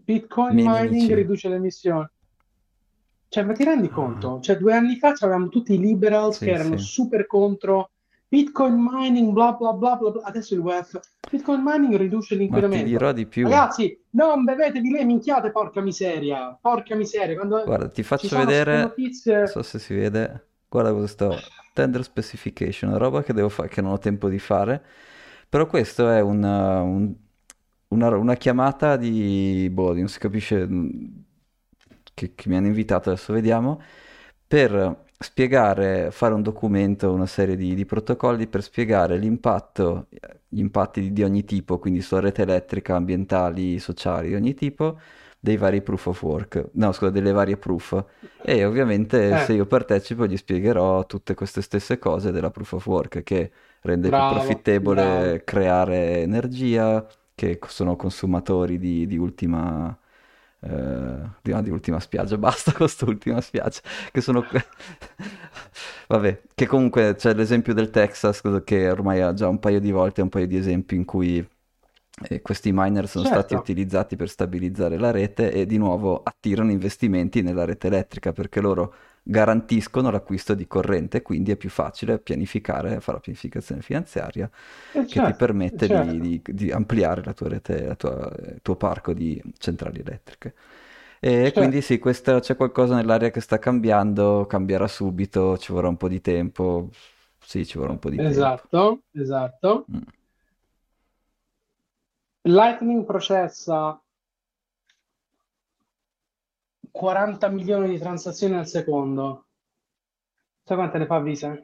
Bitcoin miei mining nemici. riduce le emissioni. Cioè, ma ti rendi conto? Cioè, due anni fa avevamo tutti i liberals Sì, che erano sì. super contro Bitcoin mining, bla bla bla bla bla. Adesso il W E F, Bitcoin mining riduce Ma ti dirò l'inquinamento. di più. Ragazzi, non bevetevi le minchiate, porca miseria. Porca miseria. Quando Guarda, ti ci faccio sono queste vedere, non notizie... so se si vede, guarda cosa sto, tender specification, una roba che devo fare, che non ho tempo di fare, però questo è un, uh, un- una, una chiamata di, boh, di non si capisce, mm, che, che mi hanno invitato, adesso vediamo, per spiegare, fare un documento, una serie di, di protocolli per spiegare l'impatto, gli impatti di, di ogni tipo, quindi sulla rete elettrica, ambientali, sociali, di ogni tipo, dei vari proof of work, no scusa, delle varie proof. E ovviamente se Eh, io partecipo gli spiegherò tutte queste stesse cose della proof of work, che rende più bravo, bravo. profittevole creare energia, che sono consumatori di, di ultima... eh, di, no, di ultima spiaggia, basta con quest'ultima spiaggia, che sono... Vabbè, che comunque c'è l'esempio del Texas, che ormai ha già un paio di volte, un paio di esempi in cui e questi miner sono stati Certo, utilizzati per stabilizzare la rete e di nuovo attirano investimenti nella rete elettrica perché loro garantiscono l'acquisto di corrente, quindi è più facile pianificare, fare la pianificazione finanziaria eh, che ti certo, eh, permette di, certo. di- di ampliare la tua rete, la tua- il tuo parco di centrali elettriche. E quindi Certo. sì, questa- c'è qualcosa nell'aria che sta cambiando, cambierà subito, ci vorrà un po' di tempo. Sì, ci vorrà un po' di tempo. Esatto, esatto. Mm. Lightning processa quaranta milioni di transazioni al secondo. Sai quante ne fa Visa?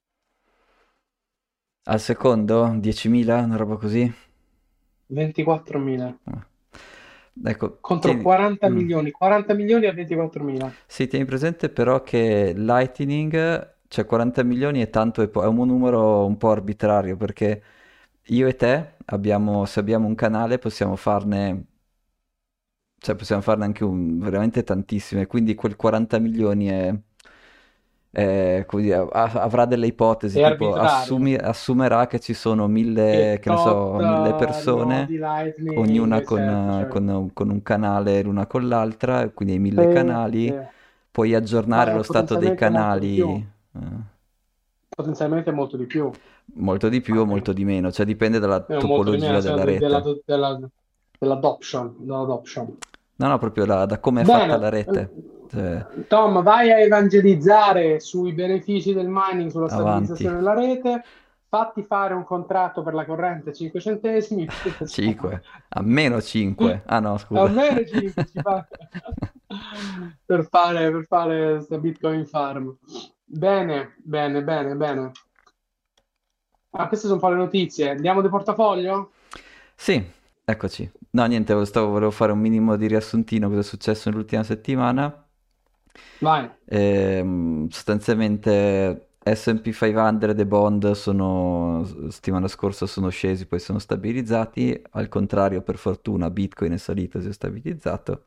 Al secondo? diecimila? Una roba così? ventiquattromila. Ah. Ecco, Contro tieni, quaranta mm. milioni. quaranta milioni a ventiquattromila. Sì, tieni presente però che Lightning, cioè quaranta milioni è tanto, e po- è un numero un po' arbitrario perché io e te abbiamo, se abbiamo un canale possiamo farne, cioè possiamo farne anche un, veramente tantissime, quindi quel quaranta milioni è, è, come dire, ha- avrà delle ipotesi, È tipo arbitrario. assumi- assumerà che ci sono mille, Che che ne tot so, mille eh, persone, nodi ognuna Lightning, con, certo, eh, certo. con- con un canale l'una con l'altra, e quindi hai mille Sì, sì. canali, puoi Ma aggiornare è lo stato dei potenzialmente molto di canali, più. eh, Potenzialmente molto di più. molto di più o Anche. molto di meno, cioè dipende dalla È molto di meno, topologia cioè della de- della, rete. della, dell'adoption. dell'adoption. No, no, proprio la- da come è fatta la Bene, rete. Cioè, Tom, vai a evangelizzare sui benefici del mining, sulla avanti. stabilizzazione della rete, fatti fare un contratto per la corrente cinque centesimi, insomma, cinque. A meno cinque. Ah no, a scusa. meno cinque ci fa per fare, per fare questa Bitcoin Farm. Bene, bene, bene, bene. Ah, queste sono un po' le notizie. Andiamo di portafoglio? Sì, eccoci. No, niente, stavo, volevo fare un minimo di riassuntino cosa è successo nell'ultima settimana. Vai. Ehm, sostanzialmente S and P cinquecento e bond sono, settimana scorsa sono scesi, poi sono stabilizzati. Al contrario, per fortuna, Bitcoin è salito, si è stabilizzato.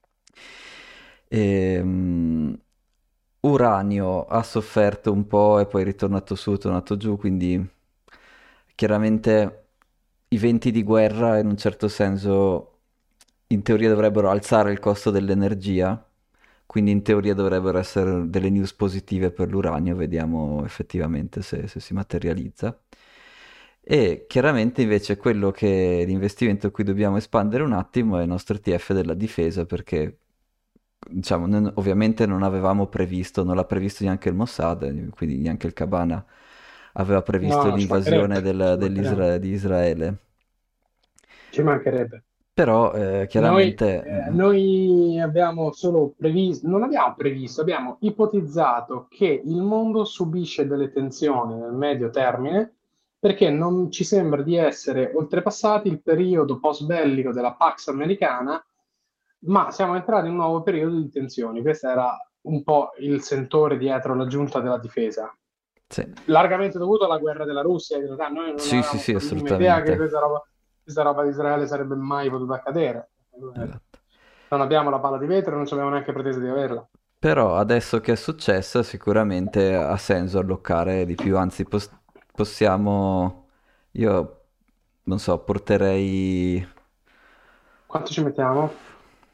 Ehm, Uranio ha sofferto un po' e poi è ritornato su, è tornato giù, quindi chiaramente i venti di guerra in un certo senso in teoria dovrebbero alzare il costo dell'energia, quindi in teoria dovrebbero essere delle news positive per l'uranio, vediamo effettivamente se, se si materializza. E chiaramente invece quello che l'investimento a cui dobbiamo espandere un attimo è il nostro E T F della difesa, perché diciamo, non- ovviamente non avevamo previsto, non l'ha previsto neanche il Mossad, quindi neanche il Cabana aveva No, previsto no, ci l'invasione mancherebbe, del- ci mancherebbe, dell'Isra- di Israele. ci mancherebbe. Però eh, Noi, chiaramente eh, mm, noi abbiamo solo previsto, non abbiamo previsto, abbiamo ipotizzato che il mondo subisce delle tensioni nel medio termine perché non ci sembra di essere oltrepassati il periodo post-bellico della Pax americana, ma siamo entrati in un nuovo periodo di tensioni. Questo era un po' il sentore dietro la giunta della difesa, sì, largamente dovuto alla guerra della Russia. In realtà noi non sì, sì, avevamo sì, la minima idea che assolutamente. questa roba, questa roba di Israele sarebbe mai potuta accadere. Esatto. Non abbiamo la palla di vetro, non ci abbiamo neanche pretesa di averla. Però adesso che è successo sicuramente ha senso allocare di più, anzi pos- possiamo, io non so, porterei Quanto ci mettiamo?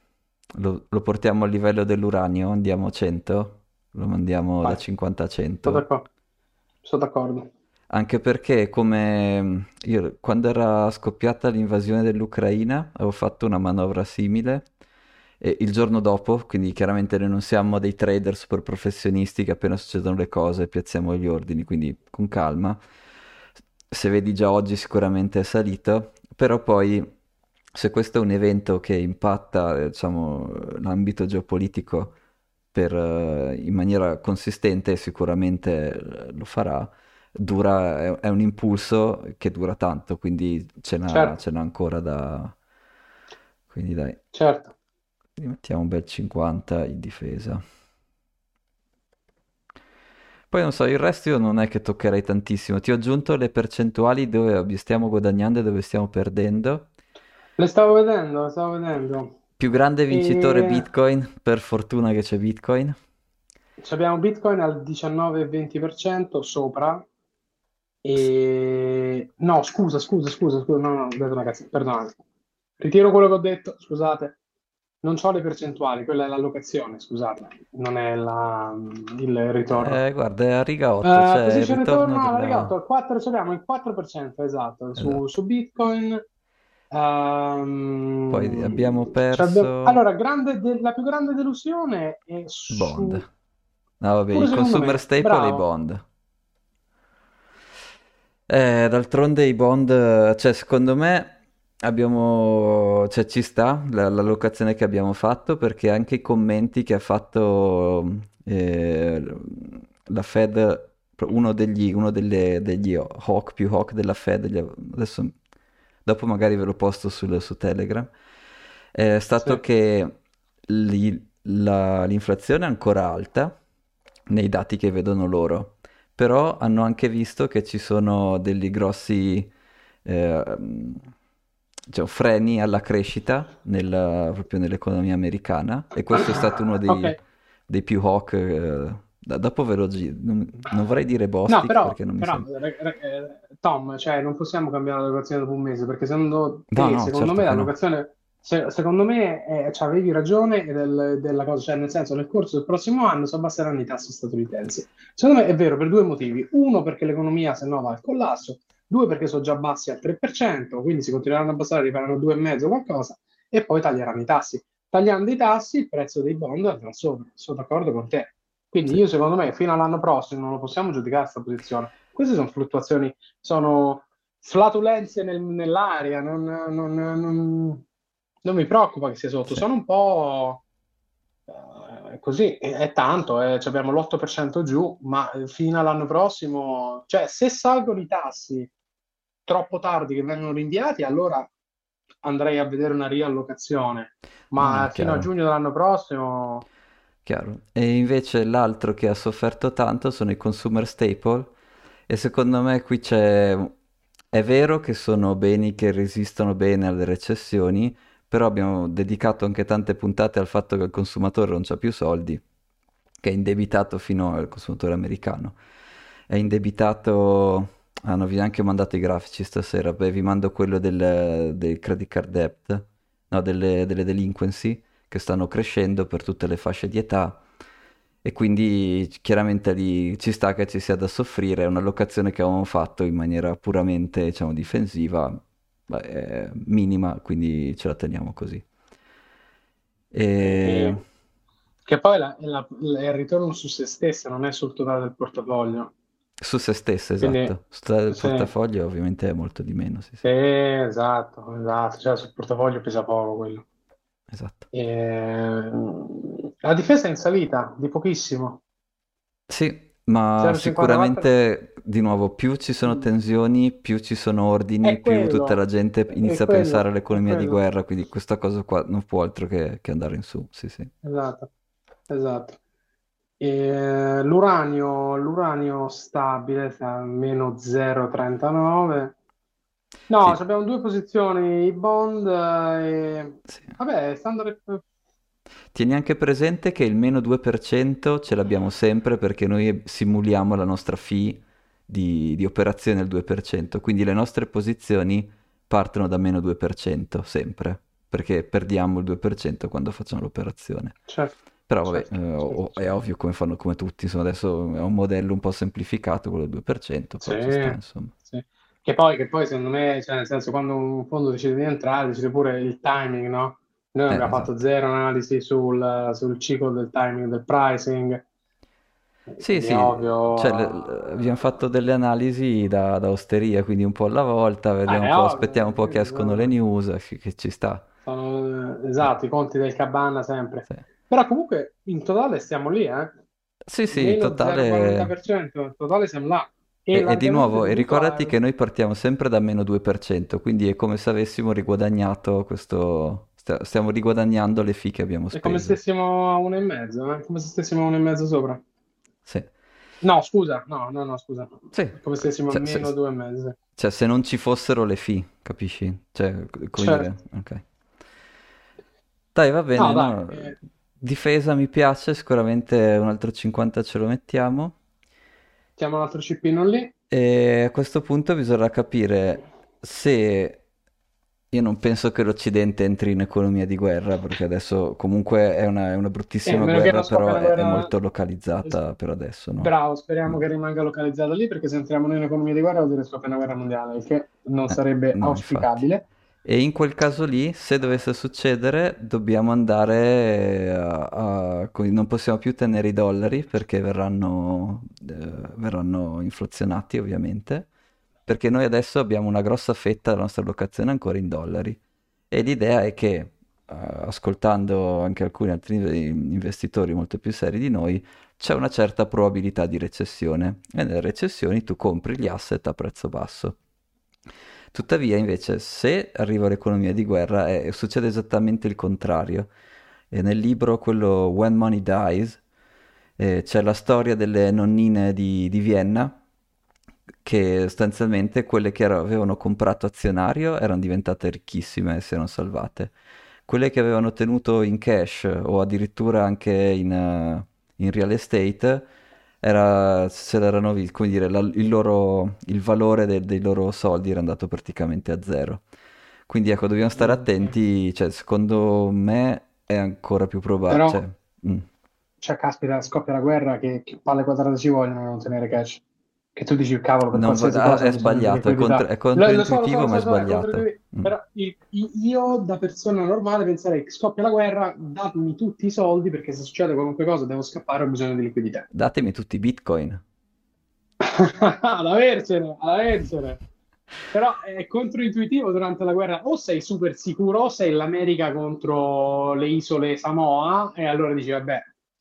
lo, lo portiamo al livello dell'uranio, andiamo a cento, lo mandiamo da Vai, cinquanta a sono cento. d'accordo. Sono d'accordo. Anche perché come io quando era scoppiata l'invasione dell'Ucraina avevo fatto una manovra simile e il giorno dopo, quindi chiaramente noi non siamo dei trader super professionisti che appena succedono le cose piazziamo gli ordini, quindi con calma. Se vedi già oggi sicuramente è salito, però poi se questo è un evento che impatta, eh, diciamo, l'ambito geopolitico per, eh, in maniera consistente, sicuramente eh, lo farà, dura, è, è un impulso che dura tanto, quindi ce n'ha Certo, ce n'ha ancora da... Quindi dai, certo. gli mettiamo un bel cinquanta in difesa. Poi non so, il resto io non è che toccherei tantissimo. Ti ho aggiunto le percentuali dove stiamo guadagnando e dove stiamo perdendo. Le stavo vedendo, le stavo vedendo. Più grande vincitore E Bitcoin, per fortuna che c'è Bitcoin. abbiamo Bitcoin al diciannove-venti per cento sopra. E no, scusa, scusa, scusa, scusa, no, no, ho detto una cazzata, perdonate. Ritiro quello che ho detto, scusate. Non ho le percentuali, quella è l'allocazione, scusate, non è la- il ritorno. Eh, guarda, è a riga otto, Eh, c'è il position return, ritorno no, la riga della... otto, il quattro, ce l'abbiamo il quattro per cento, esatto, su, Esatto. su Bitcoin. Poi Ehm, abbiamo cioè abbiamo- perso allora, grande de- la più grande delusione è bond. su, No, vabbè, pure i secondo consumer me, staple e i bravo, bond. Eh, d'altronde i bond, eh, cioè secondo me abbiamo, cioè ci sta la- l'allocazione che abbiamo fatto perché anche i commenti che ha fatto eh, la Fed, uno degli, uno delle- degli hawk più hawk della Fed, gli- adesso dopo magari ve lo posto sul- su Telegram, è stato sì. che li- la- l'inflazione è ancora alta nei dati che vedono loro però hanno anche visto che ci sono degli grossi eh, diciamo, freni alla crescita nella- proprio nell'economia americana e questo è stato uno Ok, dei, dei più hawk. Eh, da- dopo ve lo gi- non, non vorrei dire no, Bostic però, perché non mi però sembra. re- re- eh, Tom, cioè, non possiamo cambiare la locazione dopo un mese, perché secondo No, te, no, secondo certo me, la che no. locazione, se- secondo me, eh, cioè, avevi ragione del- della cosa, cioè, nel senso, nel corso del prossimo anno si abbasseranno i tassi statunitensi. Secondo me è vero per due motivi. Uno, perché l'economia, se no, va al collasso. Due, perché sono già bassi al tre per cento, quindi si continueranno a abbassare, arriveranno a due virgola cinque qualcosa, e poi taglieranno i tassi. Tagliando i tassi, il prezzo dei bond andrà sopra. Sono d'accordo con te. Quindi Sì, io secondo me fino all'anno prossimo non lo possiamo giudicare questa posizione. Queste sono fluttuazioni, sono flatulenze nel- nell'aria, non, non- non- non mi preoccupa che sia sotto, sì, sono un po' eh, così, è, è tanto, eh, cioè abbiamo l'otto per cento giù, ma fino all'anno prossimo, cioè se salgono i tassi troppo tardi che vengono rinviati, allora andrei a vedere una riallocazione, no, no, ma fino a chiaro. giugno dell'anno prossimo... Chiaro. E invece l'altro che ha sofferto tanto sono i consumer staple e secondo me qui c'è... È vero che sono beni che resistono bene alle recessioni, però abbiamo dedicato anche tante puntate al fatto che il consumatore non c'ha più soldi, che è indebitato fino al consumatore americano. È indebitato... Hanno vi anche mandato i grafici stasera, beh vi mando quello del, del credit card debt, no, delle, delle delinquency che stanno crescendo per tutte le fasce di età e quindi chiaramente lì ci sta che ci sia da soffrire, è un'allocazione che avevamo fatto in maniera puramente, diciamo, difensiva, beh, è minima, quindi ce la teniamo così. E... E- Che poi la- la- la- il ritorno su se stessa non è sul totale del portafoglio. Su se stessa, Quindi, esatto. Sul sì, portafoglio ovviamente è molto di meno, sì, sì, sì, esatto, esatto. Cioè, sul portafoglio pesa poco quello. esatto. E- La difesa è in salita di pochissimo. Sì, ma zero virgola cinquantaquattro sicuramente, di nuovo, più ci sono tensioni, più ci sono ordini, è più tutta la quello, gente è inizia a pensare quello, è all'economia di quello. guerra, quindi questa cosa qua non può altro che, che andare in su, sì, sì. Esatto, esatto. E l'uranio, l'uranio stabile sta a meno zero virgola trentanove. No, Sì, abbiamo due posizioni, i bond eh, e... sì. Vabbè, standard... Tieni anche presente che il meno due per cento ce l'abbiamo sempre perché noi simuliamo la nostra fee di, di operazione al due per cento, quindi le nostre posizioni partono da meno due per cento sempre, perché perdiamo il due per cento quando facciamo l'operazione. Certo, Però vabbè, certo, eh, certo, o- è certo. ovvio come fanno come tutti, insomma, adesso è un modello un po' semplificato, quello del due per cento, Sì, però ci sta, insomma. sì. Che poi, che poi secondo me, cioè nel senso, quando un fondo decide di entrare, decide pure il timing, no? Noi Eh, abbiamo fatto esatto. zero analisi sul, sul ciclo del timing del pricing, Sì, quindi è sì, cioè, le- le- abbiamo fatto ovvio. delle analisi da, da osteria, quindi un po' alla volta, Eh, vediamo un è po', aspettiamo un ovvio, po' che quindi escono le sono, news, che, che ci sta. sono, eh, Eh, esatto, i conti del Cabana sempre. sì. Però comunque in totale stiamo lì, eh? Sì, sì, in Meno zero virgola quaranta totale. per cento, in totale siamo là. E E, e di largamente nuovo, e dovuto ricordati a... che noi partiamo sempre da meno due per cento, quindi è come se avessimo riguadagnato questo. stia- Stiamo riguadagnando le fee che abbiamo È come se speso. stessimo a uno e mezzo, eh? Come se stessimo a uno e mezzo sopra. Sì, No, scusa, no, no, no, scusa. sì. È come se stessimo a Cioè, se, meno due e mezzo. cioè, se non ci fossero le fee, capisci? Cioè, c- come dire, Certo. ok. Dai, va No, bene, dai, no. eh, Difesa mi piace, sicuramente un altro cinquanta ce lo mettiamo. mettiamo un altro cippino lì. E a questo punto bisognerà capire se. Io non penso che l'Occidente entri in economia di guerra, perché adesso comunque è una, è una Eh, a bruttissima meno che guerra, non scoppia però una è, è guerra... molto localizzata per adesso, no? Bravo, Mm. speriamo che rimanga localizzata lì, perché se entriamo noi in economia di guerra vuol dire scoppia una guerra mondiale, il che non Eh, sarebbe no, infatti. auspicabile. E in quel caso lì, se dovesse succedere, dobbiamo andare a, a- co- non possiamo più tenere i dollari perché verranno, eh, verranno inflazionati, ovviamente, perché noi adesso abbiamo una grossa fetta della nostra allocazione ancora in dollari. E l'idea è che, eh, ascoltando anche alcuni altri investitori molto più seri di noi, c'è una certa probabilità di recessione e nelle recessioni tu compri gli asset a prezzo basso. Tuttavia, invece, se arriva l'economia di guerra, eh, succede esattamente il contrario. E nel libro, quello When Money Dies, eh, c'è la storia delle nonnine di, di Vienna, che sostanzialmente quelle che era- avevano comprato azionario erano diventate ricchissime e si erano salvate. Quelle che avevano tenuto in cash o addirittura anche in, eh, in real estate era, se l'erano vi- come dire, la- il loro, il valore de- dei loro soldi era andato praticamente a zero. Quindi ecco, dobbiamo stare Mm. attenti, cioè, secondo me è ancora più probabile. Però, Cioè, mm. cioè, caspita, scoppia la guerra, che, che palle quadrate ci vogliono non tenere cash. Che tu dici, cavolo, per Non va- qualsiasi ah, cosa ho è bisogno di sbagliato, è, contro- liquidità. è Lo, lo so, lo so, controintuitivo, lo ma so, è lo so, è sbagliato. controintuitivo. Mm. Però il- i- io, da persona normale, penserei che scoppia la guerra, datemi tutti i soldi, perché se succede qualunque cosa devo scappare, ho bisogno di liquidità. Datemi tutti i bitcoin. Ad avercene, ad avercene. Però è controintuitivo durante la guerra, o sei super sicuro, o sei l'America contro le isole Samoa, e allora dici, vabbè.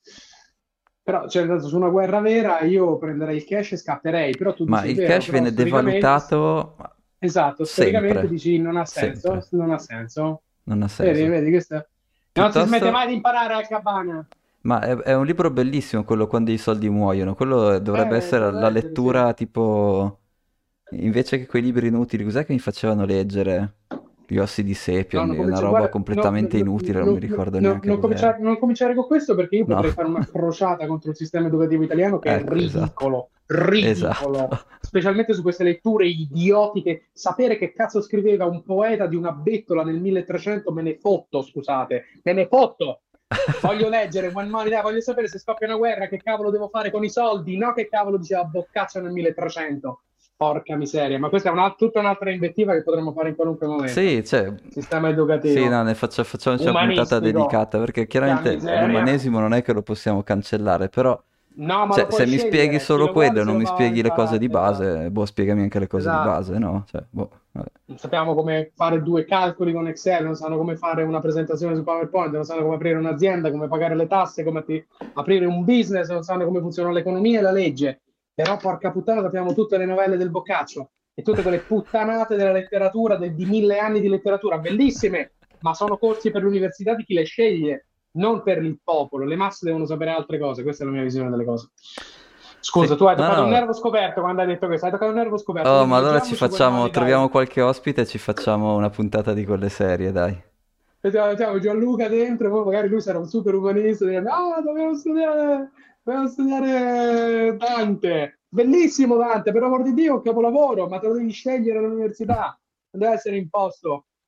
Però, cioè, nel senso, su una guerra vera io prenderei il cash e scapperei, però tu Ma dici, è il vero, cash però viene storicamente, devalutato esatto, storicamente sempre, dici, non ha senso, sempre. non ha senso. Non ha Vedi, senso. vedi, questo... Non si smette Piuttosto, mai di imparare al Cabana. ma è, è un libro bellissimo quello quando i soldi muoiono. Quello dovrebbe Eh, essere dovrebbe la essere, sì. lettura tipo. Invece che quei libri inutili, cos'è che mi facevano leggere? Gli ossi di Sepio, No, non una comincia- roba guarda, no, no, completamente no, inutile, non mi no, no, ricordo no, neanche non cos'era. cominciare, non cominciare con questo perché io No, potrei fare una crociata contro il sistema educativo italiano che è ecco, esatto. ridicolo, Esatto. ridicolo, specialmente su queste letture idiotiche. Sapere che cazzo scriveva un poeta di una bettola nel milletrecento, me ne fotto, scusate, me ne fotto. Voglio leggere One Money Day, voglio sapere se scoppia una guerra, che cavolo devo fare con i soldi, no che cavolo diceva Boccaccio nel milletrecento. Porca miseria, ma questa è una, tutta un'altra invettiva che potremmo fare in qualunque momento. Sì, cioè, Sistema sì, no, educativo, ne faccia- facciamoci una puntata umanistico, dedicata, perché che chiaramente miseria. l'umanesimo non è che lo possiamo cancellare, però, No, ma lo cioè, se puoi mi spieghi scegliere. Chi solo lo vuole quello e se non lo mi va a spieghi le cose imparare. di Esatto, base, boh, spiegami anche le cose di esatto. base, no? Cioè, boh, vabbè. Non sappiamo come fare due calcoli con Excel, non sanno come fare una presentazione su PowerPoint, non sanno come aprire un'azienda, come pagare le tasse, come ap- aprire un business, non sanno come funziona l'economia e la legge. Però, porca puttana, sappiamo tutte le novelle del Boccaccio e tutte quelle puttanate della letteratura, de- di mille anni di letteratura, bellissime, ma sono corsi per l'università di chi le sceglie, non per il popolo. Le masse devono sapere altre cose, questa è la mia visione delle cose. Scusa, Sì, tu hai no, toccato un no. nervo scoperto quando hai detto questo, hai toccato un nervo scoperto, Oh, quindi ma allora ci leggiamoci When facciamo, Money Dies. troviamo qualche ospite e ci facciamo una puntata di quelle serie, dai. Mettiamo, mettiamo Gianluca dentro, poi magari lui sarà un super umanista, dice, ah, dobbiamo studiare, dobbiamo studiare Dante. Bellissimo Dante, per amor di Dio, un capolavoro, ma te lo devi scegliere all'università, non deve essere imposto.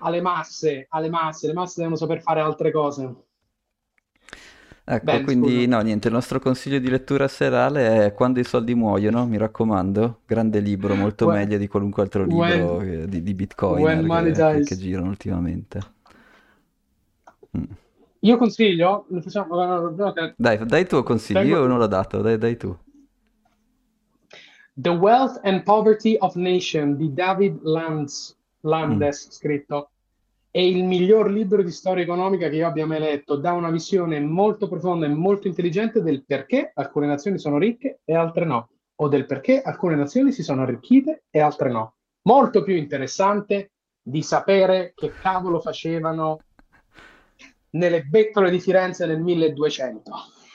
alle masse, alle masse, le masse devono saper fare altre cose. Ecco, Ben, quindi scusa. no, niente, il nostro consiglio di lettura serale è Quando i soldi muoiono, mi raccomando, grande libro, molto When, meglio di qualunque altro libro when, eh, di, di when Bitcoiner money che, che- che dies. girano ultimamente. Mm. Io consiglio, lo facciamo, no, no, ok. Dai, dai il tuo consiglio, Tengo io non l'ho dato, dai, dai tu. The Wealth and Poverty of Nation di David Landes, Mm. Landes scritto. È il miglior libro di storia economica che io abbia mai letto. Dà una visione molto profonda e molto intelligente del perché alcune nazioni sono ricche e altre no, o del perché alcune nazioni si sono arricchite e altre no. Molto più interessante di sapere che cavolo facevano nelle bettole di Firenze nel milleduecento.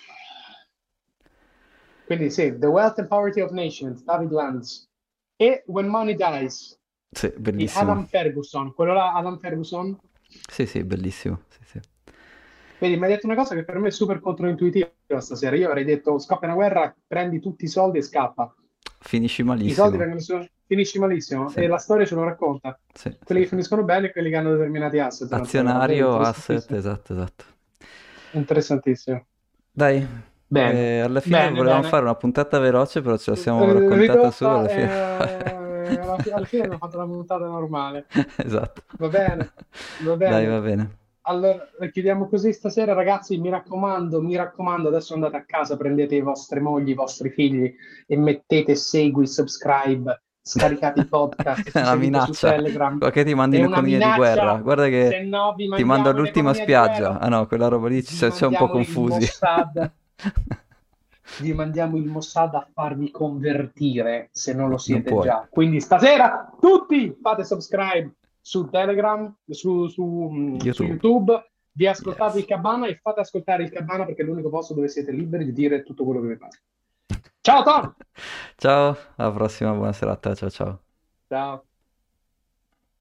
Quindi sì, The Wealth and Poverty of Nations, David Landes. E When Money Dies Sì, di bellissimo. Adam Ferguson. Quello là, Adam Ferguson. Sì, sì, bellissimo. Sì, sì. Vedi, mi hai detto una cosa che per me è super controintuitiva stasera. Io avrei detto, scoppia una guerra, prendi tutti i soldi e scappa. Finisci I soldi malissimo. vengono su, finisci malissimo Sì, e la storia ce lo racconta. sì, Quelli sì, che sì. finiscono bene e quelli che hanno determinati asset durante la guerra. Vedi, Azionario, asset, interessantissimo. esatto, esatto. Interessantissimo. Dai, Bene, eh, alla fine bene, volevamo bene. fare una puntata veloce, però ce la siamo Eh, raccontata su ridotta, alla fine. eh, alla, fi- alla fine abbiamo fatto una puntata normale. Esatto. Va bene, va Dai, bene. va bene. Allora, chiudiamo così stasera, ragazzi. Mi raccomando, mi raccomando, adesso andate a casa, prendete le vostre mogli, i vostri figli e mettete segui, subscribe, scaricate i podcast, È ci una seguite su minaccia. Telegram. Qua che ti mando È in una economia di guerra. minaccia, Guarda se che no vi ti mando mandiamo in all'ultima economia di spiaggia. guerra. Ah no, quella roba lì ci Vi siamo siamo un po' mandiamo il confusi. Mossad, vi mandiamo il Mossad a farvi convertire se non lo Non siete puoi. già. Quindi stasera tutti fate subscribe su Telegram, su, su, mm, su YouTube. YouTube, vi ascoltate Yes. il Cabana e fate ascoltare il Cabana perché è l'unico posto dove siete liberi di dire tutto quello che vi pare. Ciao Tom! Ciao, alla prossima, buona serata. Ciao ciao. Ciao.